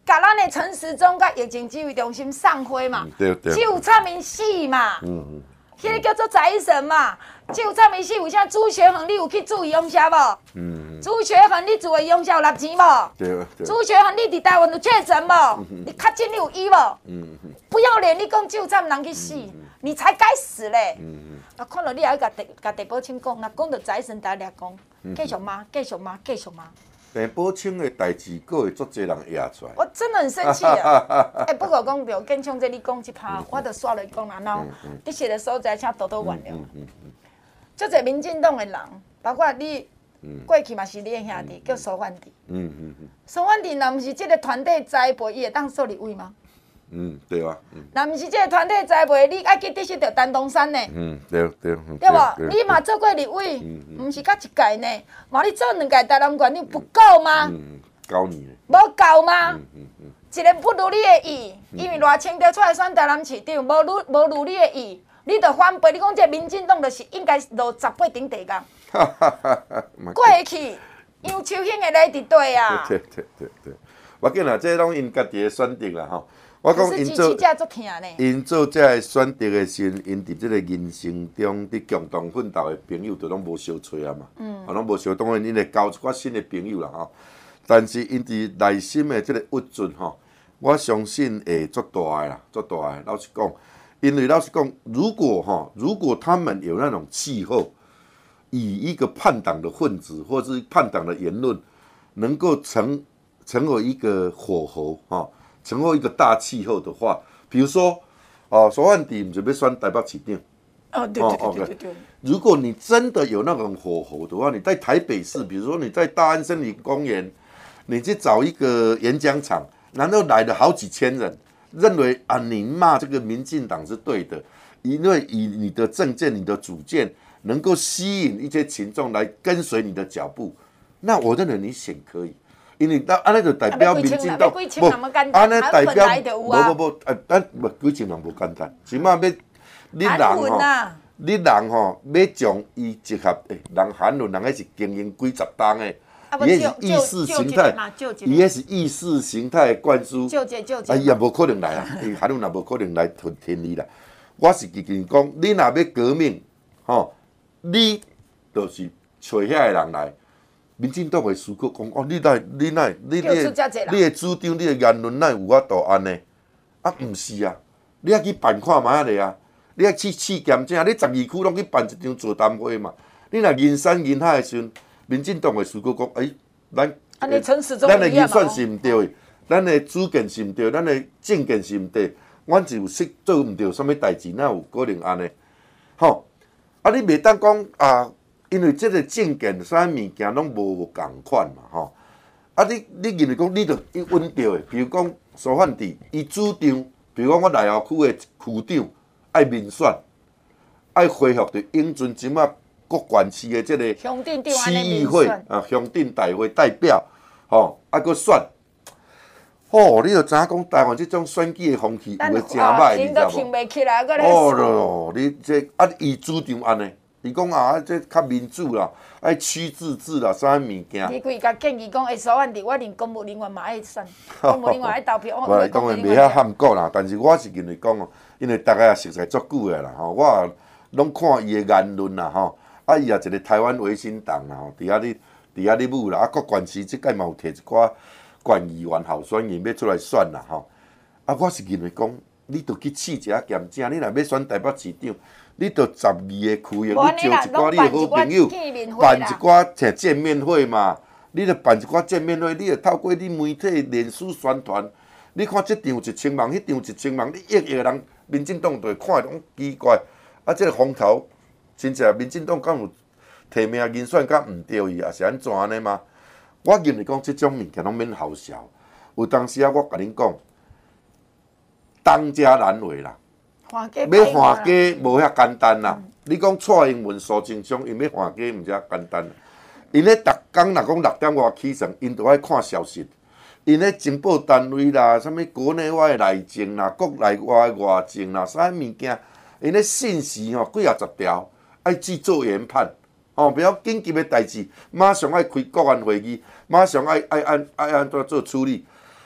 Speaker 2: 甲咱的陈时中甲疫情指挥中心送花嘛，
Speaker 3: 对，
Speaker 2: 只有蔡明死嘛，迄个叫做财神嘛，只有蔡明死，为啥朱学恒你有去注意用啥无？朱学恒你住的用啥有纳钱无？
Speaker 3: 对。
Speaker 2: 朱学恒你伫台湾有确诊无？你确诊你有医无？不要脸，你讲只有咱人去死，你才该死嘞！啊，看到你还甲地保清讲，若讲到财神台来讲，继续骂，继续骂，继续骂。
Speaker 3: 地保清的代志，佫会足侪人压出来。
Speaker 2: 我真的很生气啊！不过讲着建昌这你讲一趴，我就煞落讲然后你写的所在，请多多原谅。足侪民进党的人，包括你过去嘛是你的兄弟，叫苏焕智。苏焕智若毋是这个团队栽培，伊会当做立委吗？
Speaker 3: 对啊。
Speaker 2: 若毋是这个团队栽培，你爱去得失着陈东山呢？
Speaker 3: 对。
Speaker 2: 对无？你嘛做过立委，毋是甲一届呢？嘛你做2届台南县，你不够吗
Speaker 3: 9年。
Speaker 2: 无够吗？一个不如你的意，因为赖清德出来选台南市长，无如你的意，你着反背。你讲这民进党就是应该落18顶地岗。过去杨秋兴会来伫对啊。
Speaker 3: 对。我紧啦，这拢因家己的选择啦吼。我讲因做这个选择的时，因伫这个人生中伫共同奋斗的朋友，就拢无相找啊嘛。拢无相，当然因会交一寡新的朋友啦吼。但是因伫内心的这个郁卒吼，我相信会足大的啦，足大的。老实讲，因为老实讲，如果他们有那种气候，以一个叛党的分子或是叛党的言论，能够成为一个火候哈。成为一个大气候的话，比如说，苏焕智不是要选台北市长？对。如果你真的有那种火候的话，你在台北市，比如说你在大安森林公园，你去找一个演讲场，然后来了好几千人，认为啊，你骂这个民进党是对的，因为以你的政见、你的主见能够吸引一些群众来跟随你的脚步，那我认为你选可以。因为安尼就代表民进党，不，安尼代表几千人无简单，起码要你人吼，要将伊集合，人韩文人迄是经营几十档的，伊迄是意识形态，伊迄是意识形态灌输，也无可能来啊，伊韩文也无可能来听你啦。我是记讲，你若要革命，吼，你就是找遐个人来。民进党会思考讲，你的主张、你的言论哪有法度安尼？啊，毋是啊，你要去办看卖咧啊！你要去试验者，你12区拢去办一场座谈会嘛？你若人山人海的时阵，民进党会思考讲，咱的预算是毋对的，咱的主见是毋对，咱的政见是毋对，阮就说做毋对什么代志，哪有可能安尼？吼！啊，你袂当讲啊。因为这个政见啥物件拢无共款嘛，吼！啊，你认为讲你着稳着的，比如讲苏焕智，伊主张，比如讲我内湖区的区长爱民选，爱恢复着永存即马各县市的这个区议会啊，乡镇大会代表，吼，啊，佫选，你就知影讲台湾这种选举的风气有诶真歹，你知无？你这伊主张安尼。伊讲啊，这较民主啦，爱区自治啦，啥物件？
Speaker 2: 你可甲建议讲，苏焕智，我连公务人员嘛爱选，公务人员爱投票。
Speaker 3: 我当然袂遐含糊啦，但是我是认为讲哦，因为大家也熟悉足久诶啦，吼，我拢看伊诶言论啦，吼，啊，伊也一个台湾维新党啦，吼，伫遐咧舞啦，啊，各县市即届嘛有摕一寡县议员候选人要出来选啦，吼，啊，我是认为讲，你着去试一下验证，你若要选台北市长。你着12个区域，你招一寡你的好朋友，办一寡见面会嘛。你着办一寡见面会，你着透过你媒体、脸书宣传。你看这场1000万，迄场1000万，你亿个人，民进党就会看拢奇怪。啊，这个风头，真正民进党敢有提名人选敢毋对伊，也是安怎安尼吗？我认为讲这种物件拢免好笑。有当时啊，我甲恁讲，当家难为啦。要换家无遐简单啦！你讲蔡英文、苏贞昌，因要换家毋遮简单。因咧逐工若讲6点外起床，因都爱看消息。因咧情报单位啦，啥物国内外内政啦，国内外外政啦，啥物件，因咧信息吼几啊十条，爱制作研判。不要紧急的代志，马上爱开国安会议，马上爱安怎做处理。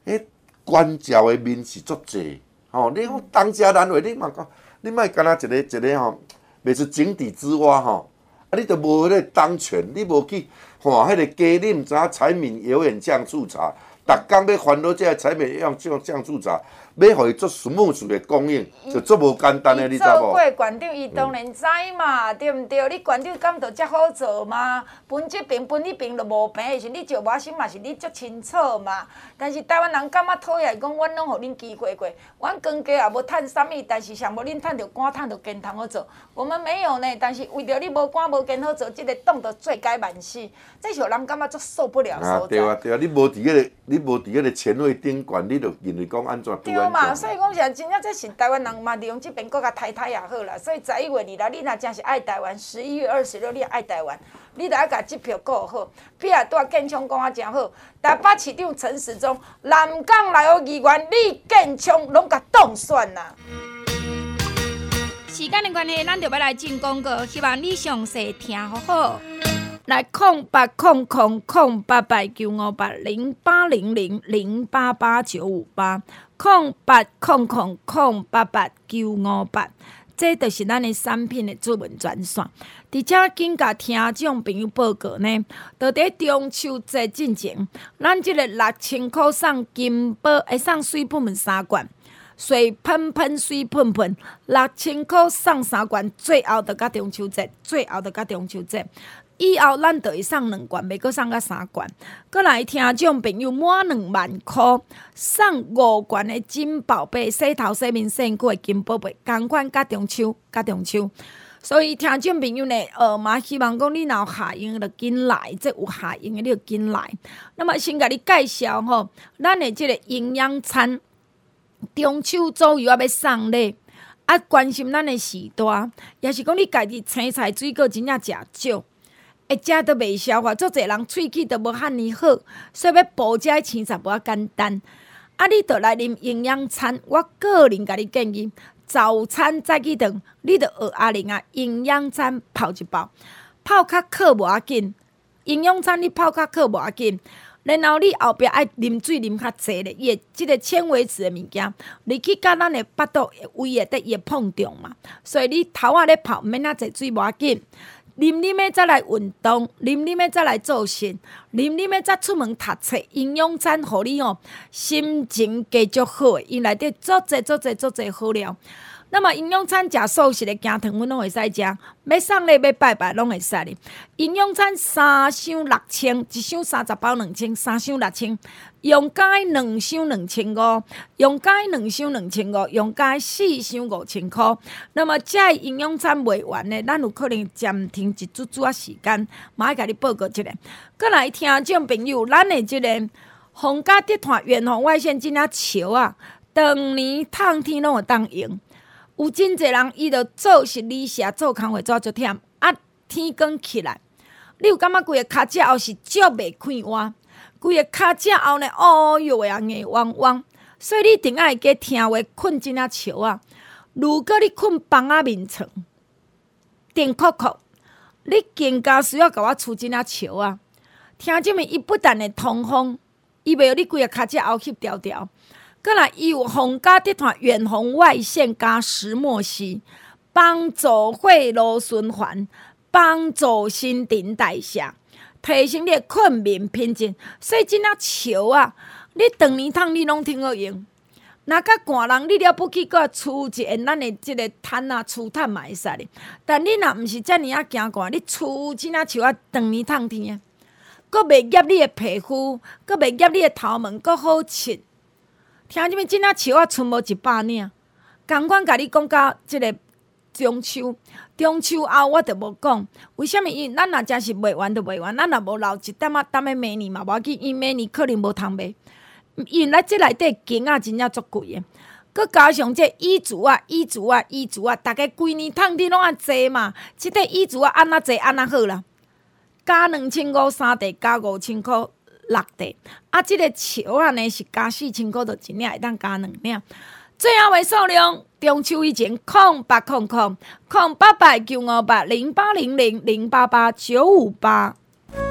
Speaker 3: 迄关照的面是足济。吼，你讲当家难为，你嘛讲，你莫干那一个吼，袂出井底之蛙吼。啊，你都无迄个当权，你无去看迄个鸡，你毋知影柴米油盐酱醋茶，逐工要烦恼这个柴米油盐酱醋茶，要互伊做 smooth 的供应，就足无简单的，你知无？
Speaker 2: 做过县长，伊当然知嘛，对毋对？你县长敢就遮好做吗？分这边分迄边就无平的是，你石外心嘛是你足清楚嘛。但是台湾人感觉讨厌，讲阮拢互恁机会过，阮公家也无趁啥物，但是上无恁趁着官趁着钱通好做。我们没有呢，但是为着你无官无钱好做，即个党就罪该万死，这是人感觉足受不了所在。
Speaker 3: 对啊对啊，你无伫迄个前位顶悬，你就认为讲安怎对
Speaker 2: 对嘛，所以讲是真正这是台湾人嘛，利用这边国家太也好啦。所以11月2日，你若真是爱台湾，11月26你爱台湾，你著爱甲这票顾好。比啊，拄啊建昌讲啊真好，台北市长陈时中，南港内湖议员李建昌拢甲当选啦。时间的关系，咱就要来进广告，希望你详细听好好。来0800000888980888958088008898，这就是咱的产品的主文专线。而且紧甲听众朋友报告呢，就伫中秋节进前，咱这个6000块送金宝，会送水喷喷3罐。水喷喷，水喷喷，6000块送3罐，最后就到中秋节，以后咱就会送2罐，袂阁送到3罐。阁来听众朋友满2万块，送5罐的金宝贝，洗头、洗面、洗骨的金宝贝，同款甲中秋。所以听众朋友呢，嘛希望讲你若有下用就紧来，即有下用的你就紧来。那么先甲你介绍吼，咱的即个营养餐。中秋左右要送礼，关心咱的时代，也是讲你家己青菜水果真正食少，会食都袂消化，足侪人喙齿都无遐尼好，所以要补这青菜无简单。你着来啉营养餐，我个人甲你建议，早餐早起顿，你着学阿玲营养餐泡一包，泡较渴无要紧，营养餐你泡较渴无要紧。然后你后壁爱啉水啉较济咧，伊即个纤维质的物件，入去甲咱的腹肚胃会碰撞嘛，所以你头仔咧泡，毋免仔济水无要紧。啉的再来运动，啉的再来做事，啉的再出门读册，营养餐互你心情加足好诶，伊内底足济好料。那么营养餐食素食的姜糖，阮拢会使食。要送礼要拜拜，拢会使哩。营养餐3箱6000，一箱30包2000，3箱6000。用解2箱2500，用解2箱2500，用解4箱5000块。那么这营养餐卖完呢，咱有可能暂停一组啊时间，马上甲你报告一下。过来听众朋友，咱的这个皇家集团远红外线真啊潮啊，当年烫天拢会当用。有真侪人，伊着做实理社做工会做足忝，天光起来，你有感觉规个骹趾后是足袂开弯，规个骹趾后呢，哟呀硬汪汪，所以你一定爱加听话，困真啊潮啊。如果你困房仔面床，电酷酷，你更加需要甲我厝真啊潮啊。听这面伊不但会通风，伊袂互你规个骹趾后翕条条。过来，伊有皇家集团远红外线加石墨烯，帮助血路循环，帮助新陈代谢，提升你的困眠品质。所以真啊潮啊！你长年汤你拢挺好用。若甲寒人，你了不起搁除一下咱的即个毯啊，除毯嘛会使哩。但你若毋是遮尔啊惊寒，你除真啊潮啊，长年烫天，搁袂夹你的皮肤，搁袂夹你的头毛，搁好拭。听这边真啊潮啊，剩无100领，同款甲你讲到即个中秋后我就无讲，为什么？因咱若真是卖完就卖完，咱若无留一点仔等咧明年嘛，无要紧，因明年可能无通卖，因来即内底金仔真正足贵诶，佮加上这衣橱啊，逐个规年烫天拢安坐嘛，即个衣橱啊安怎坐安怎好啦，加2500 3地，加5000块6地，即个潮啊呢是加4000块，就一领会当加2领。最后的数量，中秋以前08000889580800088958。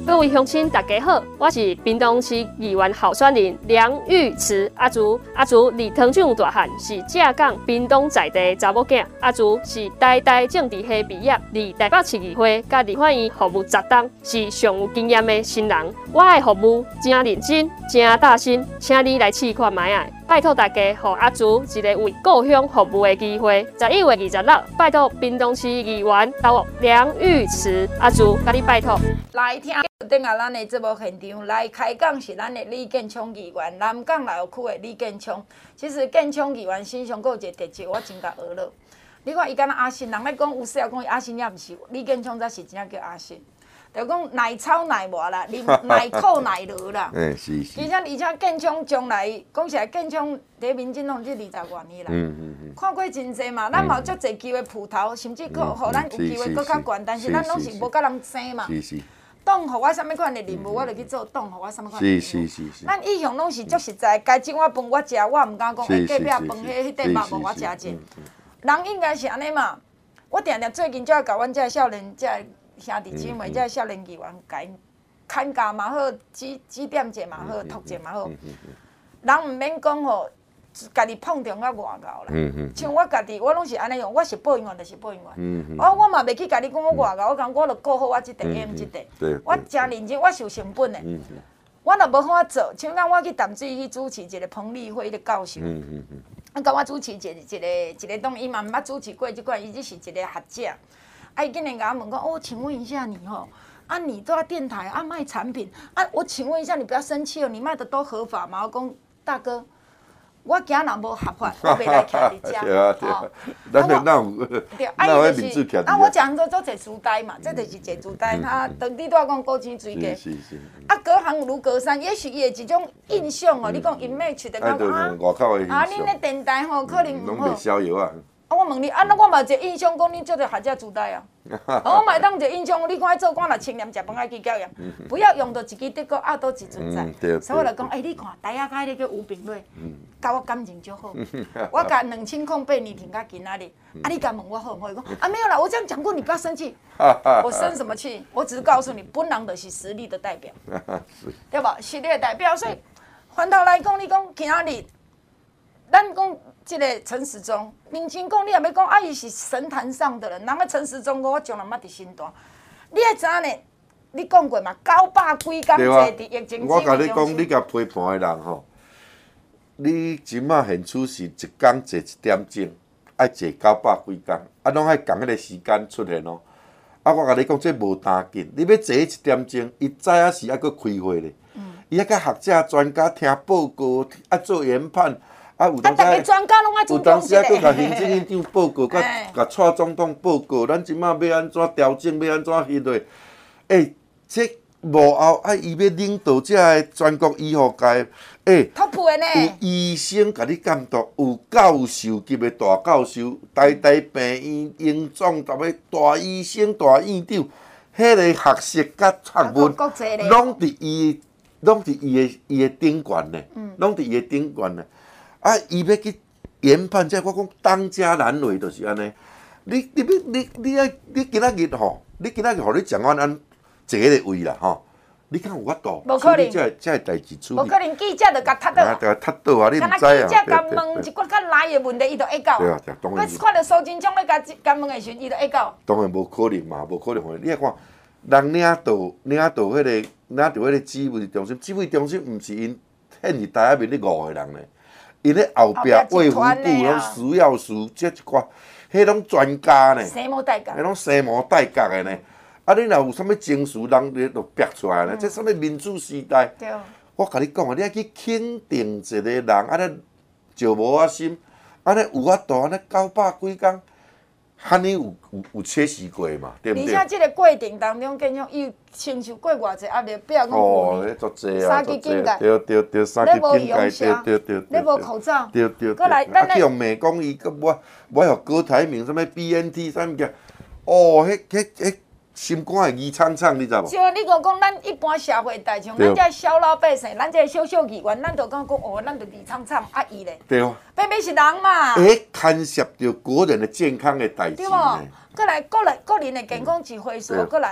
Speaker 5: 各位乡亲，大家好，我是屏东市议员候选人梁玉慈阿竹。阿竹离汤厂大汉，是正港屏东在地查某囝。阿竹是代代政治系毕业，离台北市议会甲立法院服务10冬，是上有经验的新人。我的服务真认真，真大心，请你来试看卖啊！拜托大家，予阿竹一个为故乡服务的机会。11月26，拜托屏东市议员到梁玉慈阿竹，甲你拜托。
Speaker 2: 来听顶下咱的节目现场来开讲是咱的李建昌议员，南港内湖区的李建昌。其实建昌议员身上阁有一个特质，我真甲学了。你看伊敢若阿信，人咧讲有说讲伊阿信也毋是，李建昌才是真正叫阿信。就讲耐操耐磨啦，耐苦耐劳啦。
Speaker 3: 是。
Speaker 2: 而且建昌将来讲起来，建昌伫民进党这20多年啦。看过真济嘛，咱嘛有足侪机会蒲头，甚至佫互咱有机会佫较悬，但是咱拢是无甲人争嘛。
Speaker 3: 是。
Speaker 2: 党互我啥物款的任务，我就去做；党互我啥物款的任务。
Speaker 3: 是。
Speaker 2: 咱一向拢是足实在，该一碗饭我食，我毋敢讲，隔壁饭迄块肉无我食尽。人应该是安尼嘛。我定定最近才甲阮遮少年遮兄弟姊妹，遮少年议员，甲因看假嘛好，指点者嘛好，读者嘛好。人毋免讲吼，家己碰撞到外头啦。像我家己，我拢是安尼用，我是报应员就是报应员。我嘛袂去甲你讲我外头，我讲我著顾好我即块 AM 即块。我真认真，我受成本的。我若无法做，像讲我去淡水去主持一个彭丽辉的教授。甲我主持一个东，伊嘛毋捌主持过即款，伊只是一个学者。伊竟然甲我问讲，哦，请问一下你吼，你做电台卖产品我请问一下，你不要生气哦，你卖的都合法吗？我讲大哥，我今若无合法，我袂来徛你家。
Speaker 3: 咱哪有民主徛？
Speaker 2: 我讲做一书呆嘛，这就是一书呆。你都要讲高精水价。隔行如隔山，也许伊的一种印象哦。你讲 image 就讲恁咧电台吼可能
Speaker 3: 拢袂逍遥啊。
Speaker 2: 我问你，那我嘛有一个印象，讲你做着学者自带啊。我嘛会当一个印象，你看做官若清廉，食饭爱去教养，不要用到一支德国倒一存在。所以我就讲，你看台下迄个叫吴炳瑞，甲我感情就好。我甲2008年停到今仔日，你敢问我好唔好？伊讲没有啦，我这样讲过，你不要生气。我生什么气？我只是告诉你，本人就是实力的代表，对吧？实力的代表，所以反头来讲，你讲今仔日，咱讲。这个陈时中，认真讲，你也要讲，伊是神坛上的人。人个陈时中，我从来捌伫心肝。你会知呢？你讲过嘛？900几工坐伫疫情
Speaker 3: 我甲你讲，你甲批判的人吼，你即马现处是一工坐1点钟，爱坐900几工，拢爱共迄个时间出现哦。我甲你讲，这无单紧，你要坐1点钟，伊早仔时还佫开会咧。伊还甲学者专家听报告，做研判。有当时啊，佫甲行政院长报告，甲蔡总统报告，咱即马要安怎调整，要安怎迄落。这幕后伊要领导这个全国医学界，有医生甲你监督，有教授级的大教授，台病院院长，逐个大医生、大院长，迄个学识甲学问，拢伫伊的顶悬呢，拢伫伊的顶悬呢。伊要去研判，我讲当家难为，就是安尼。你今仔日吼，互你蒋万安坐迄个位啦吼，你敢有法度处理这代志处理？
Speaker 2: 无可能，记者就甲踢倒啊！
Speaker 3: 踢倒啊！你毋知啊？
Speaker 2: 记者甲问一寡较赖的问题，伊就会到。
Speaker 3: 对啊，当然。
Speaker 2: 我看到苏贞昌咧甲问的时阵，伊就会到。
Speaker 3: 当然无可能嘛，无可能。你来看，人领导迄个指挥中心，指挥中心毋是因现伫台下面咧5个人呢。因咧后壁卫福部拢需要这一寡，迄拢专家呢，
Speaker 2: 生毛代角，
Speaker 3: 迄拢生毛代角的呢。你若有啥物情绪，人就逼出来呢。这啥物民主时代？我甲你讲啊，你爱去肯定一个人，尼就无啊心，尼有法度，尼900几工，遐尼有切实过嘛？对不对？
Speaker 2: 而且这个过程当中，更像伊承受过偌济压力，比如讲
Speaker 3: 足济啊，
Speaker 2: 三级警戒，
Speaker 3: 对，三级警戒，对，
Speaker 2: 你无口罩，
Speaker 3: 对，
Speaker 2: 过来，
Speaker 3: 去用美讲伊，我互郭台铭什么 BNT 啥物件，迄心肝会疑苍苍，你知无？
Speaker 2: 像你讲咱一般社会大众，咱这小老百姓，咱这小议员，咱就讲咱就疑苍苍，伊咧，
Speaker 3: 对啊，
Speaker 2: 偏偏是人嘛，
Speaker 3: 牵涉到国人的健康的代志呢。
Speaker 2: 对无？过来，个人的健康指挥所，过来。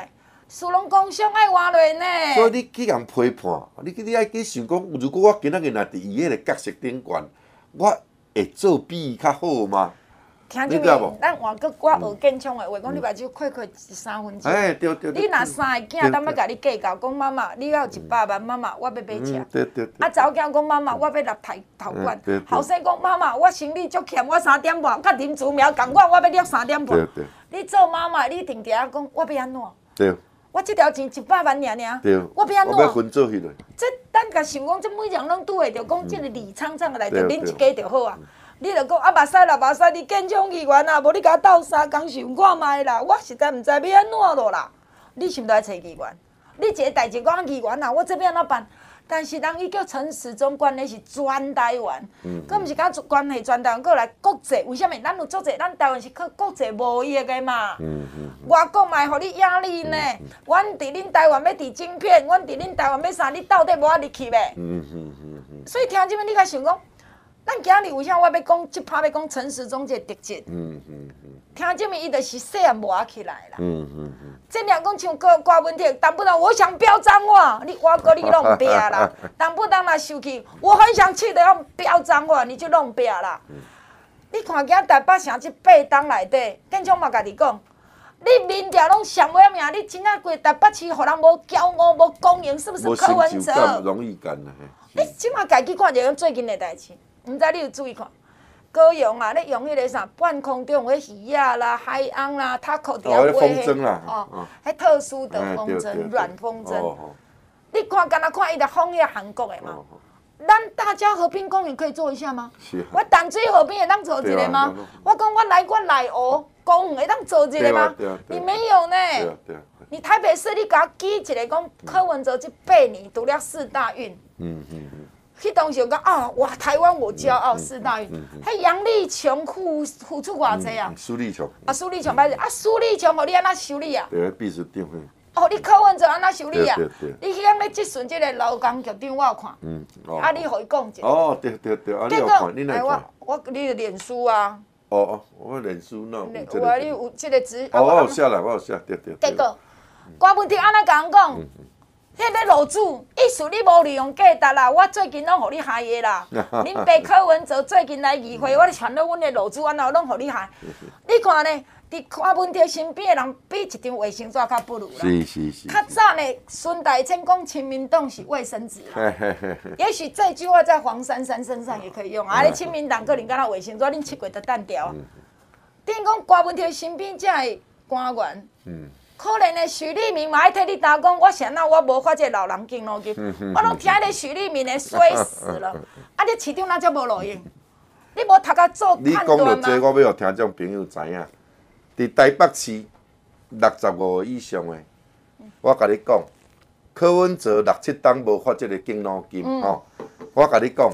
Speaker 2: 苏拢讲上爱换落呢。
Speaker 3: 所以你去人批判，你爱去想讲，如果我今仔日若伫伊迄个角色顶悬，我会做比伊较好吗？
Speaker 2: 听见没？咱换个我学建昌的话，讲你目睭亏3分钟。
Speaker 3: 哎，对。
Speaker 2: 你若3个囝，当要甲你计较，讲妈妈，你要100万，妈妈我要买车。
Speaker 3: 对。
Speaker 2: 啊，查某囝讲妈妈，我要入头管。后生讲妈妈，我生理足欠，我3点半，甲林祖苗共款，我要录3点半。
Speaker 3: 对。
Speaker 2: 你做妈妈，你一定定讲，我要安怎？
Speaker 3: 对。
Speaker 2: 我这条钱100万尔。
Speaker 3: 对。
Speaker 2: 我要安怎？
Speaker 3: 我要分做迄落。
Speaker 2: 这咱甲想讲，这每样拢拄会着讲，这个李昌昌的内底，恁一家就好啊。你著讲啊，目屎啦，目屎，你建昌议员啊，无你甲我斗3工想看卖啦，我实在毋知要安怎落啦。你是毋是爱找议员？你一个代志讲议员啊，我这要安怎办？但是人伊叫陈时中管的是全台湾，佮毋是讲关系全台湾，佮来国际。为什么？咱有足济，咱台湾是靠国际贸易的嘛。外国嘛会互你压力呢。阮伫恁台湾要伫晶片，阮伫恁台湾要啥？你到底无法入去呗？所以听即摆你较想讲。咱今日为啥我要讲即趴要讲陈时中这个特质？听即面伊就是细汉磨起来啦。这两讲像郭文铁，当不当我想飙脏话，你我跟你弄拼啦。当不当若生气，我很想气的要飙脏话，你就弄拼啦。你看今台北城这8档内底，建昌嘛家己讲，你民调拢上尾名，你真正规台北市，互人无骄傲、无公营，是不是柯文哲？
Speaker 3: 容易干啦。
Speaker 2: 你即马家己看着最近的代志。毋知你有注意看，高雄啊，咧用迄个啥半空中迄鱼仔啦、海翁啦、塔可伫遐飞迄，迄特殊的风筝、软风筝。你看，敢若看伊来仿迄韩国的嘛？咱大家和平公园可以做一下吗？我淡水河边会当做一个吗？我讲我来莪公园会当做一个吗？你没有呢。你台北市你甲我举一个讲柯文哲这8年除了4大运。迄当时讲啊，哇，台湾我骄傲4大运，迄杨丽琼付出偌济啊？
Speaker 3: 苏丽琼
Speaker 2: 啊，苏丽琼歹势啊，苏丽琼，互你安怎修理啊？
Speaker 3: 对，必须定会。
Speaker 2: 哦，你柯文哲安怎修理啊？
Speaker 3: 对。
Speaker 2: 你迄咧即阵即个劳工局长我有看，啊，你互伊讲者。
Speaker 3: 哦，对，啊，你有看，你哪看？
Speaker 2: 你的脸书啊。
Speaker 3: 哦，我脸书那
Speaker 2: 有啊，你有即个字。
Speaker 3: 哦，我有写啦，对。
Speaker 2: 结果，郭文哲安怎甲人讲？迄个楼主，意思你无利用价值啦，我最近拢互你害的啦。恁爸柯文哲最近来议会，我咧传到阮的楼主，安怎拢互你害？你看呢？伫柯文哲身边的人比一张卫生纸较不如啦。
Speaker 3: 是。
Speaker 2: 较早呢，孙大千讲亲民党是卫生纸啦。也许这句话在黄珊珊身上也可以用啊。你亲民党个人敢若卫生纸，恁7月就弹掉啊。等于讲柯文哲身边这的官员。可能的许立明嘛爱替你打工，我想那我无发这老人经路去，我拢听迄个许立明的衰死了。啊，你市长哪只无路用？你无读甲做判断吗？
Speaker 3: 你讲到这，我要互听众朋友知影，伫台北市65岁以上的，我甲你讲，柯文哲6、7档无发这个经路金吼，我甲你讲，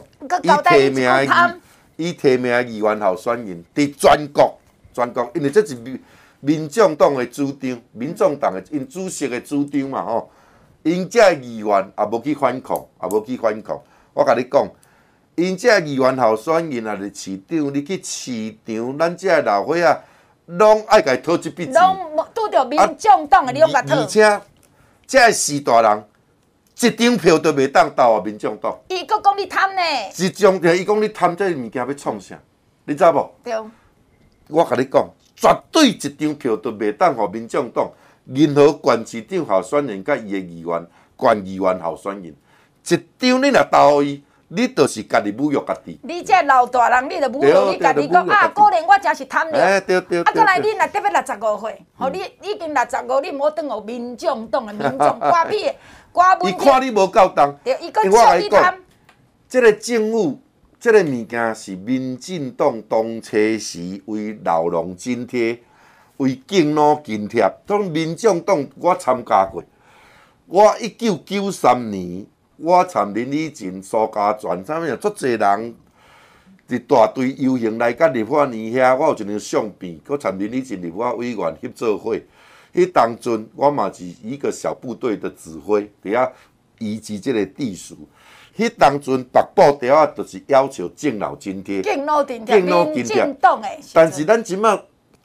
Speaker 3: 伊提名议员候选人伫全国，因为这是民众党的主张，民众党的因主席的主张嘛吼，因这议员也无去反抗，我甲你讲，因这议员候选人也是市长，你去市场，咱这老伙仔拢爱甲伊讨一笔钱，
Speaker 2: 拢拄着民众党的，你拢甲讨。
Speaker 3: 而且这四大人一张票都袂当投啊，民众党。
Speaker 2: 伊佫讲你贪呢？
Speaker 3: 一张票，伊讲你贪这物件要创啥？你知无？
Speaker 2: 对。
Speaker 3: 我甲你讲。绝对一张票都袂当互民众党任何县市长候选人甲伊的议员、县议员候选人，一张你若投互伊，你就是家己侮辱家己。
Speaker 2: 你这老大人，你著侮辱你家己，讲啊，果然我真是贪了。
Speaker 3: 对。
Speaker 2: 啊，过来你若特别65岁，吼，你已经65，你毋好当互民众党的民众瓜屁的瓜文。
Speaker 3: 伊看你无够重，
Speaker 2: 对，伊佫笑你贪。
Speaker 3: 这个政府。这个物件是民进党当初时为老农津贴、为敬老津贴，当民众党我参加过。我1993年，我参林以前、苏家全，啥物足侪人伫大队游行来甲立法院遐，我有一张相片，佮参林以前立法委员翕做伙。迄当阵我嘛是一个小部队的指挥，伫遐移植这个地属。迄当阵北部条啊，就是要求敬老津贴、
Speaker 2: 敬老津贴，民进党的。
Speaker 3: 但是咱即马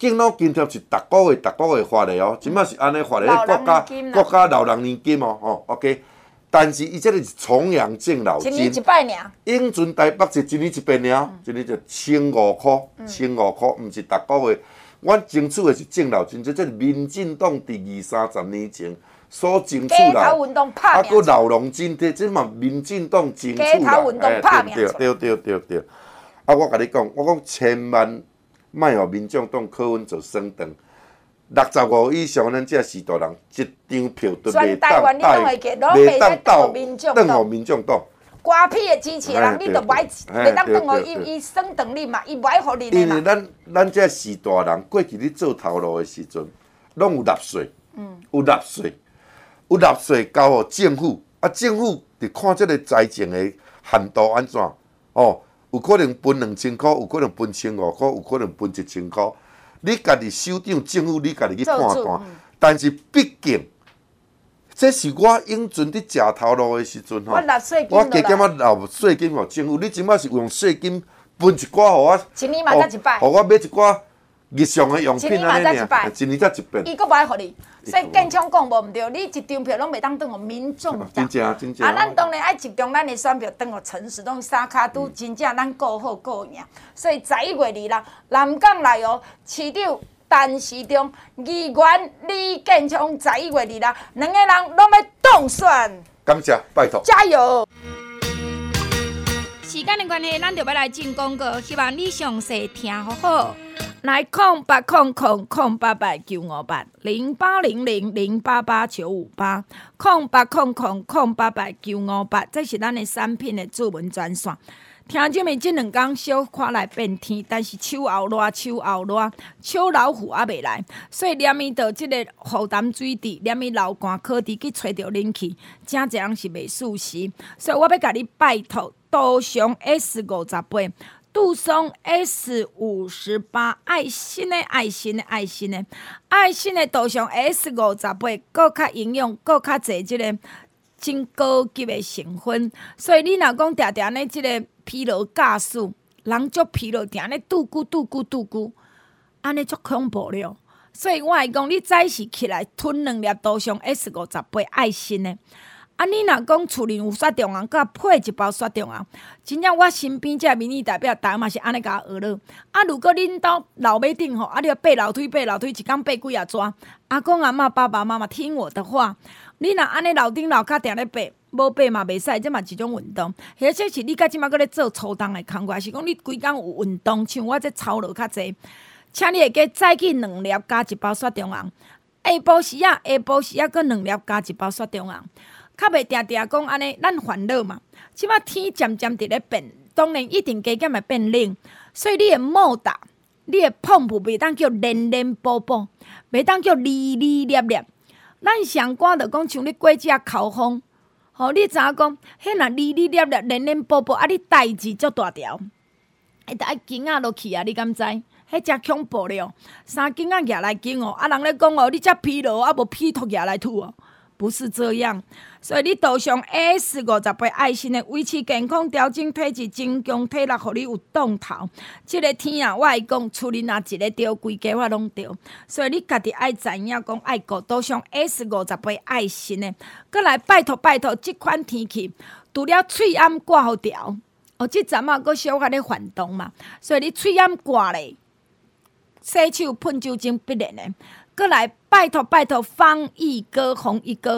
Speaker 3: 敬老津贴是逐个月发的哦，即摆是安尼发的，国家老人年金哦，吼 ，OK。但是伊这个是重阳敬老金，
Speaker 2: 一年一摆尔。
Speaker 3: 永春台北是一年一遍尔，一年就1500块，1500块，毋是逐个月。阮争取的是敬老金，这是民进党伫20-30年前所争取来，啊，搁老农津贴，这嘛民进党争取来，对。啊，我甲你讲，我讲千万莫互民进党考阮做省长。65以上，咱这时代人一张票都袂当倒民众党。
Speaker 2: 瓜皮的支持人，你都袂当当互伊省长你嘛，伊袂互你的嘛。
Speaker 3: 因为咱这时代人过去咧做头路的时阵，拢有纳税，有纳税交互政府，啊，政府伫看这个财政的限度安怎，哦，有可能分2000块，有可能分1500块，有可能分1000块。你家己首长政府，你家己去判断，但是毕竟，这是我永存伫食头路的时阵吼，我加减啊留税金互政府。你即摆是用税金分一寡互我，
Speaker 2: 一年嘛才一摆，
Speaker 3: 互我买一寡日常的用品安尼尔，一年才一遍。
Speaker 2: 伊阁无爱互你，所以建昌讲无毋对，你一张票拢袂当当互民众党。
Speaker 3: 真正。
Speaker 2: 啊，咱当然爱集中咱的选票当互陈时中三脚拄真正咱顾好顾赢。所以11月2日，南港内哦，市长陈时中、议员李建昌11月2日，两个人拢要当选。
Speaker 3: 感谢，拜托。
Speaker 2: 加油！
Speaker 6: 时间的关系，咱就要来进广告，希望你详细听好好。
Speaker 2: 来0800-088958，0800-088958，0800-088958，这是咱的产品的主文专线。听众们，这两天小看来变天，但是手后热，手老虎还袂来，所以连伊到这个雨淡水池，连伊流汗考试去找着冷气，真侪人是袂舒适。所以我要甲你拜托，杜尚 S58。杜松 S58， 爱心的杜尚 S58， 搁较营养，搁较侪即个真高级的成分。所以你若讲定定咧即个疲劳驾驶，人足疲劳，定咧拄久，安尼足恐怖了。所以我会讲，你早时起来吞2粒杜尚 S58， 爱心的。啊，你若讲厝里有雪中红，佮配一包雪中红，真正我身边这民意代表，逐个嘛是安尼甲我学了。啊，如果恁兜老马顶吼，啊，你要爬楼梯，一工爬几啊抓。阿公阿嬷、爸爸妈妈听我的话，你若安尼楼顶楼骹定咧爬，无爬嘛袂使，这嘛一种运动。或者是你甲即马搁咧做粗重的工作，是讲你规工有运动，像我这操劳较济，请你会记早起2粒加一包雪中红，下晡时啊搁2粒加一包雪中红。较袂定讲安尼，咱烦恼嘛。即摆天渐伫咧变，当然一定加减会变冷，所以你的毛达、你的碰布袂当叫连波波，袂当叫哩咧。咱上官就讲像你过只口风，吼，你知影讲，迄若哩咧，连波波，啊，你代志足大条，会得爱惊落去啊！你敢知？迄真恐怖了，3斤举来惊哦，啊，人咧讲哦，你遮疲劳啊，无劈头举来吐哦。不是这样，所以你杜尚 S58爱心的维持健康、调整体质、增强体力，互你有动头。这个天啊，我会讲，厝里若一个着，规家我拢着。所以你家己爱知影讲，爱顾杜尚 S58爱心的。搁来拜托，即款天气，除了喙暗挂好调，哦，即阵啊，搁小可咧反动嘛，所以你喙暗挂咧，洗手喷酒精必然的。搁来拜托，方益哥、红一哥，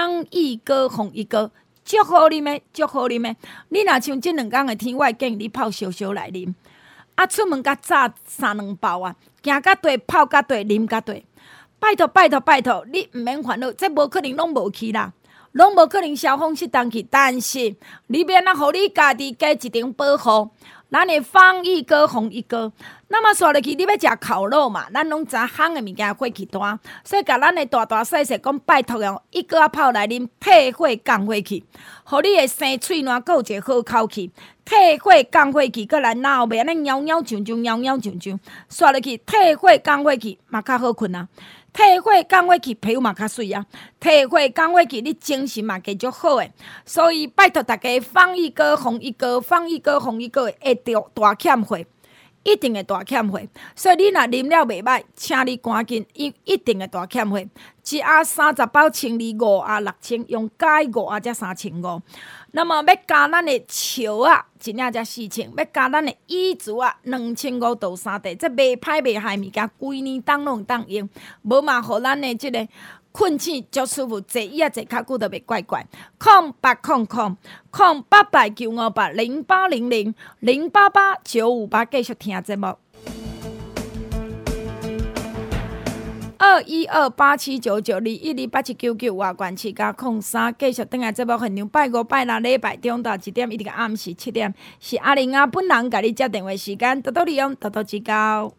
Speaker 2: 足好啉的。你若像即2天的天，我会建议你泡烧来啉。啊，出门甲炸3-2包啊，行甲对，泡甲对，啉甲对。拜托，你毋免烦恼，这无可能拢无去啦，拢无可能消风失当去。但是你免互你家己加一层保护。咱的方益哥、红一哥，那么刷落去，你要食烤肉嘛？咱拢知烘的物件火气大，所以甲咱的大细讲拜托用一哥泡来啉，退火降火气，互你的生喙暖，阁有一个好口气。退火降火气，阁来哪后袂安尼袅袅上，刷落去退火降火气嘛较好困啊。退火降火气，皮肤嘛较水啊！退火降火气，你精神嘛加足好诶。所以拜托大家，方益哥、红一哥会得大欠火， 一定会大欠费。所以你若啉了袂歹，请你赶紧，一定会大欠费。一盒30包1200，5盒6000，用加5盒才3500。那么要加咱的树啊，一领才4000；要加咱的椅子啊，2500到3袋。这袂歹袂害物件，规年当拢当用，无嘛，互咱的即个困醒足舒服，坐椅啊坐较久都袂怪怪。0800-958-0800-0888-958继续听节目。212879921287999外关市加03，继续等下节目现场拜5拜6礼拜中到1点，一直到暗时7点，是阿玲啊本人甲你接电话时间，多多利用，多多指教。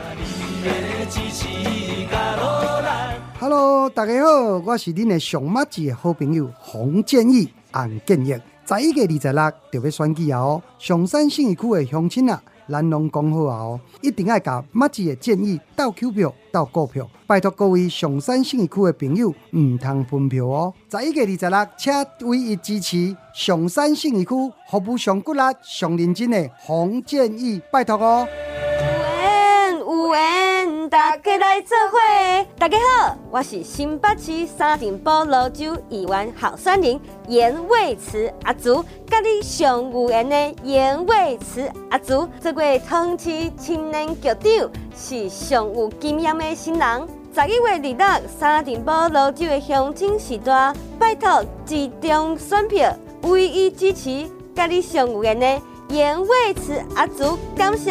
Speaker 7: Hello， 大家好，我是恁的上马子的好朋友洪建义、洪建业。11月26就要选举啊哦，上山信义区的乡亲啊，咱拢讲好啊哦，一定要甲马子的建议到扣票、到购票，拜托各位上山信义区的朋友唔通分票哦。11月26，请唯一支持上山信义区服务上骨力、上认真的洪建义，拜托哦。
Speaker 8: 有缘，大家来做伙。大家好，我是新北市三重埔蘆洲议员候选人严惠慈阿竹，甲你上有缘的严惠慈阿竹，这位汤市青年局长是上有经验的新人。11月26，三重埔蘆洲的乡亲时代，拜托集中选票，唯一支持甲你上有缘的严惠慈阿竹，感谢。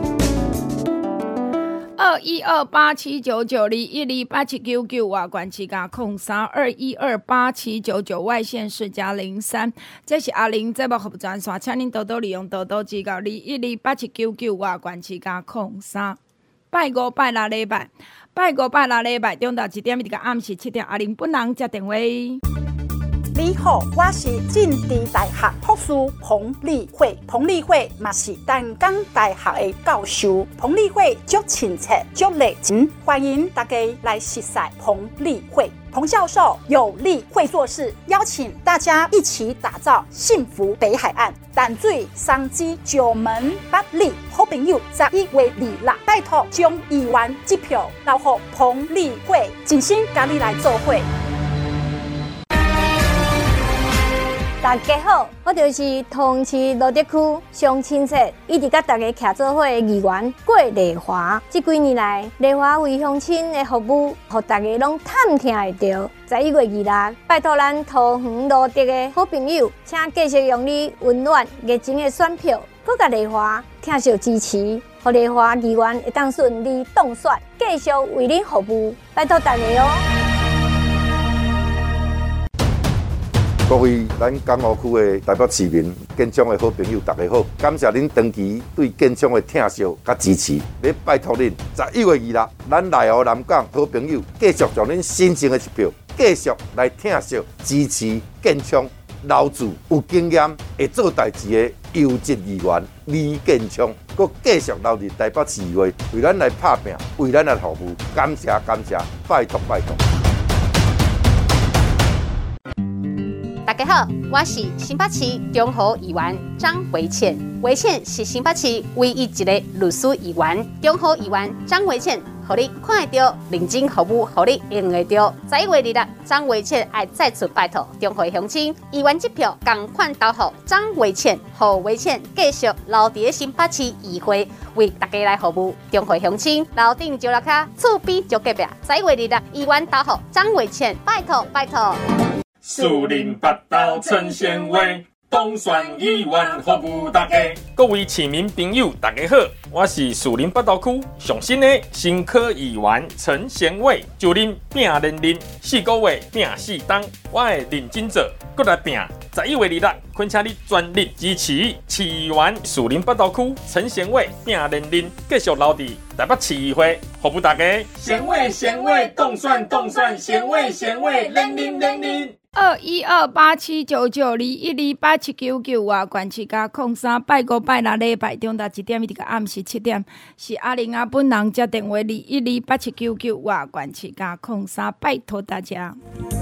Speaker 2: 212879921287999外关市加03，2128799外县市加03。这是阿玲节目服务专线，请您多多利用，多多指教。2128799外关市加03。拜5拜6礼拜，拜5拜6礼拜中到1点，一直到暗时7点，阿玲本人接电话。
Speaker 9: 你好，我是政治大学博士彭丽慧。彭丽慧嘛是淡江大学的教授。彭丽慧足亲切、足热情，欢迎大家来熟悉彭丽慧。彭教授有力会做事，邀请大家一起打造幸福北海岸。淡水、松基、石门、北里好朋友11月26，拜托将议员支票留给彭丽慧，真心甲你来做伙。
Speaker 10: 大家好，我就是同市罗德区上亲切，一直甲大家徛做伙的议员郭丽华。这几年来，丽华为乡亲的服务，互大家拢探听会到。11月26，拜托咱桃园罗德的好朋友，请继续用你温暖热情的选票，搁甲丽华听受支持，互丽华议员会当顺利当选，继续为恁服务。拜托大家哦。
Speaker 3: 各位咱江湖区的代表市民、建昌的好朋友，大家好！感谢恁长期对建昌的听惜甲支持，要拜托恁11月26，咱内湖南港好朋友继续将恁新增的一票，继续来听惜支持建昌老子有经验、会做代志的优质议员李建昌，佮继续留伫台北市议会，为咱来拍拼，为咱来服务。感谢感谢，拜托拜托。
Speaker 11: 大家好，我是新北市中和议员张维倩。维倩是新北市唯一一个律师议员。中和议员张维倩，互你看得到，认真服务，互你用得到。11月26，张维倩爱再次拜托中和乡亲，议员支票同款投予张维倩，互维倩继续留伫新北市议会，为大家来服务。中和乡亲楼顶就落卡，厝边就隔壁。11月26，议员投予张维倩，拜托拜托。
Speaker 12: 树林八道陈贤伟，当选议员服务大家。各位市民朋友，大家好，我是树林八道区上新的新科议员陈贤伟，就任拼连任4个月拼4冬，我会认真做，搁来拼。11月26，恳请你全力支持市议员树林八道区陈贤伟拼连任，继续留伫台北市议会服务大家。贤伟贤伟，当选当选，贤伟贤伟，连任连任。
Speaker 2: 212879921287999外关市加03，拜5拜6礼拜中到1点，一直到暗时7点，是阿玲啊本人接电话2128799外关市加03，拜托大家。